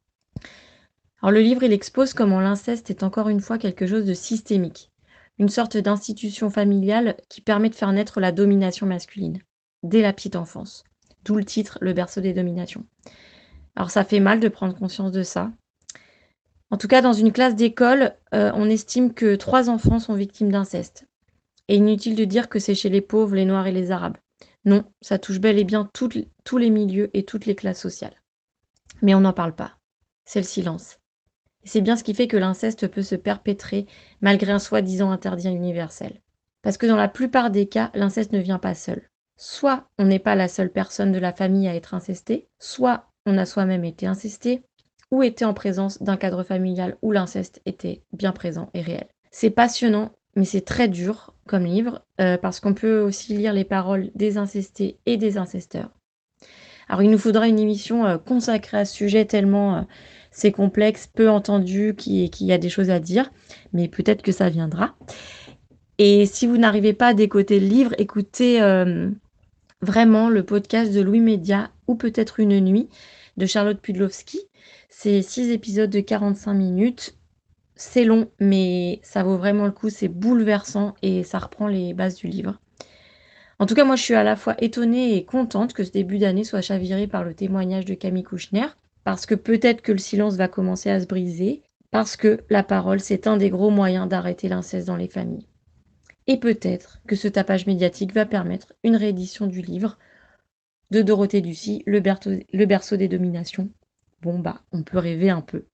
Alors le livre, il expose comment l'inceste est encore une fois quelque chose de systémique, une sorte d'institution familiale qui permet de faire naître la domination masculine, dès la petite enfance. D'où le titre, Le berceau des dominations. Alors ça fait mal de prendre conscience de ça. En tout cas, dans une classe d'école, euh, on estime que trois enfants sont victimes d'inceste. Et inutile de dire que c'est chez les pauvres, les noirs et les arabes. Non, ça touche bel et bien toutes, tous les milieux et toutes les classes sociales. Mais on n'en parle pas. C'est le silence. Et c'est bien ce qui fait que l'inceste peut se perpétrer malgré un soi-disant interdit universel. Parce que dans la plupart des cas, l'inceste ne vient pas seul. Soit on n'est pas la seule personne de la famille à être incestée, soit on a soi-même été incesté, ou été en présence d'un cadre familial où l'inceste était bien présent et réel. C'est passionnant, mais c'est très dur comme livre, euh, parce qu'on peut aussi lire les paroles des incestés et des incesteurs. Alors il nous faudra une émission euh, consacrée à ce sujet tellement euh, c'est complexe, peu entendu, qu'il qui y a des choses à dire, mais peut-être que ça viendra. Et si vous n'arrivez pas à décoder le livre, écoutez euh, vraiment le podcast de Louis Média, ou peut-être Une nuit, de Charlotte Pudlowski. C'est six épisodes de quarante-cinq minutes. C'est long, mais ça vaut vraiment le coup, c'est bouleversant et ça reprend les bases du livre. En tout cas, moi, je suis à la fois étonnée et contente que ce début d'année soit chaviré par le témoignage de Camille Kouchner, parce que peut-être que le silence va commencer à se briser, parce que la parole, c'est un des gros moyens d'arrêter l'inceste dans les familles. Et peut-être que ce tapage médiatique va permettre une réédition du livre de Dorothée Ducy, Le berceau, le berceau des dominations. Bon, bah, on peut rêver un peu.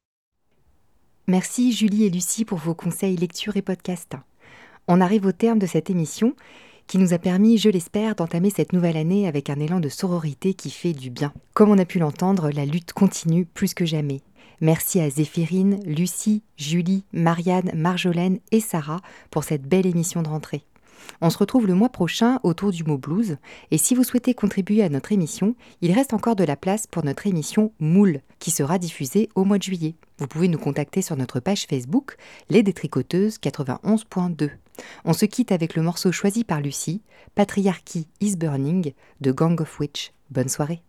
Merci Julie et Lucie pour vos conseils lecture et podcast. On arrive au terme de cette émission qui nous a permis, je l'espère, d'entamer cette nouvelle année avec un élan de sororité qui fait du bien. Comme on a pu l'entendre, la lutte continue plus que jamais. Merci à Zéphirine, Lucie, Julie, Marianne, Marjolaine et Sarah pour cette belle émission de rentrée. On se retrouve le mois prochain autour du mot blues, et si vous souhaitez contribuer à notre émission, il reste encore de la place pour notre émission Moule, qui sera diffusée au mois de juillet. Vous pouvez nous contacter sur notre page Facebook, Les Détricoteuses quatre-vingt-onze point deux. On se quitte avec le morceau choisi par Lucie, Patriarchy is Burning, de Gang of Witch. Bonne soirée.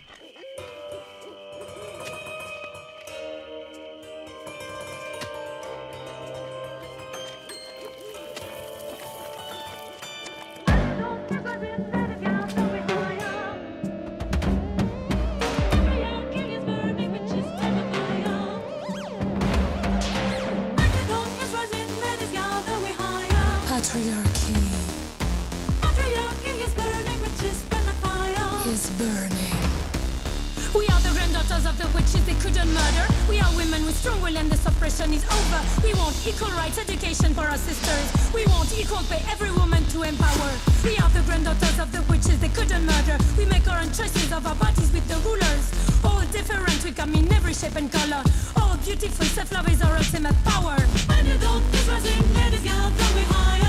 Patriarchy. Patriarchy is burning, witches burn the fire. Is burning. We are the granddaughters of the witches they couldn't murder. We are women with strong will and this oppression is over. We want equal rights, education for our sisters. We want equal pay, every woman to empower. We are the granddaughters of the witches they couldn't murder. We make our own choices of our bodies with the rulers. All different, we come in every shape and color. All beautiful, self-love is our ultimate power. When you don't is rising, let it go, going higher.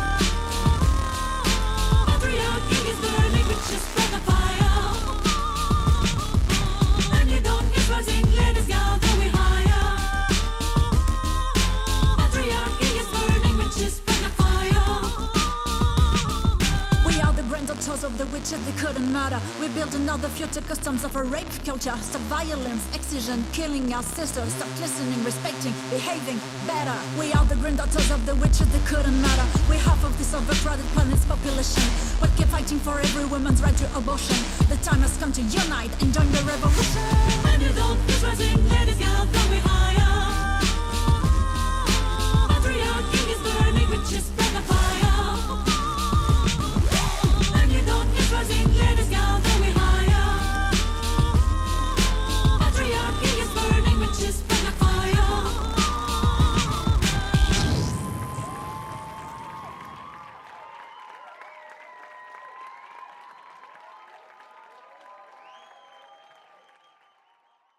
Patriarchy is burning, witches burn the fire. When you don't is rising, let it go, going higher. Patriarchy is burning, witches burn the fire. We are the granddaughters of the witches they couldn't murder. We build another future customs of a rape culture. Stop violence, excision, killing our sisters. Stop listening, respecting, behaving better. We are the granddaughters of the witches they couldn't murder. We're half of this overcrowded planet's population. But keep fighting for every woman's right to abortion. The time has come to unite and join the revolution. When you don't is rising, let it go, going higher.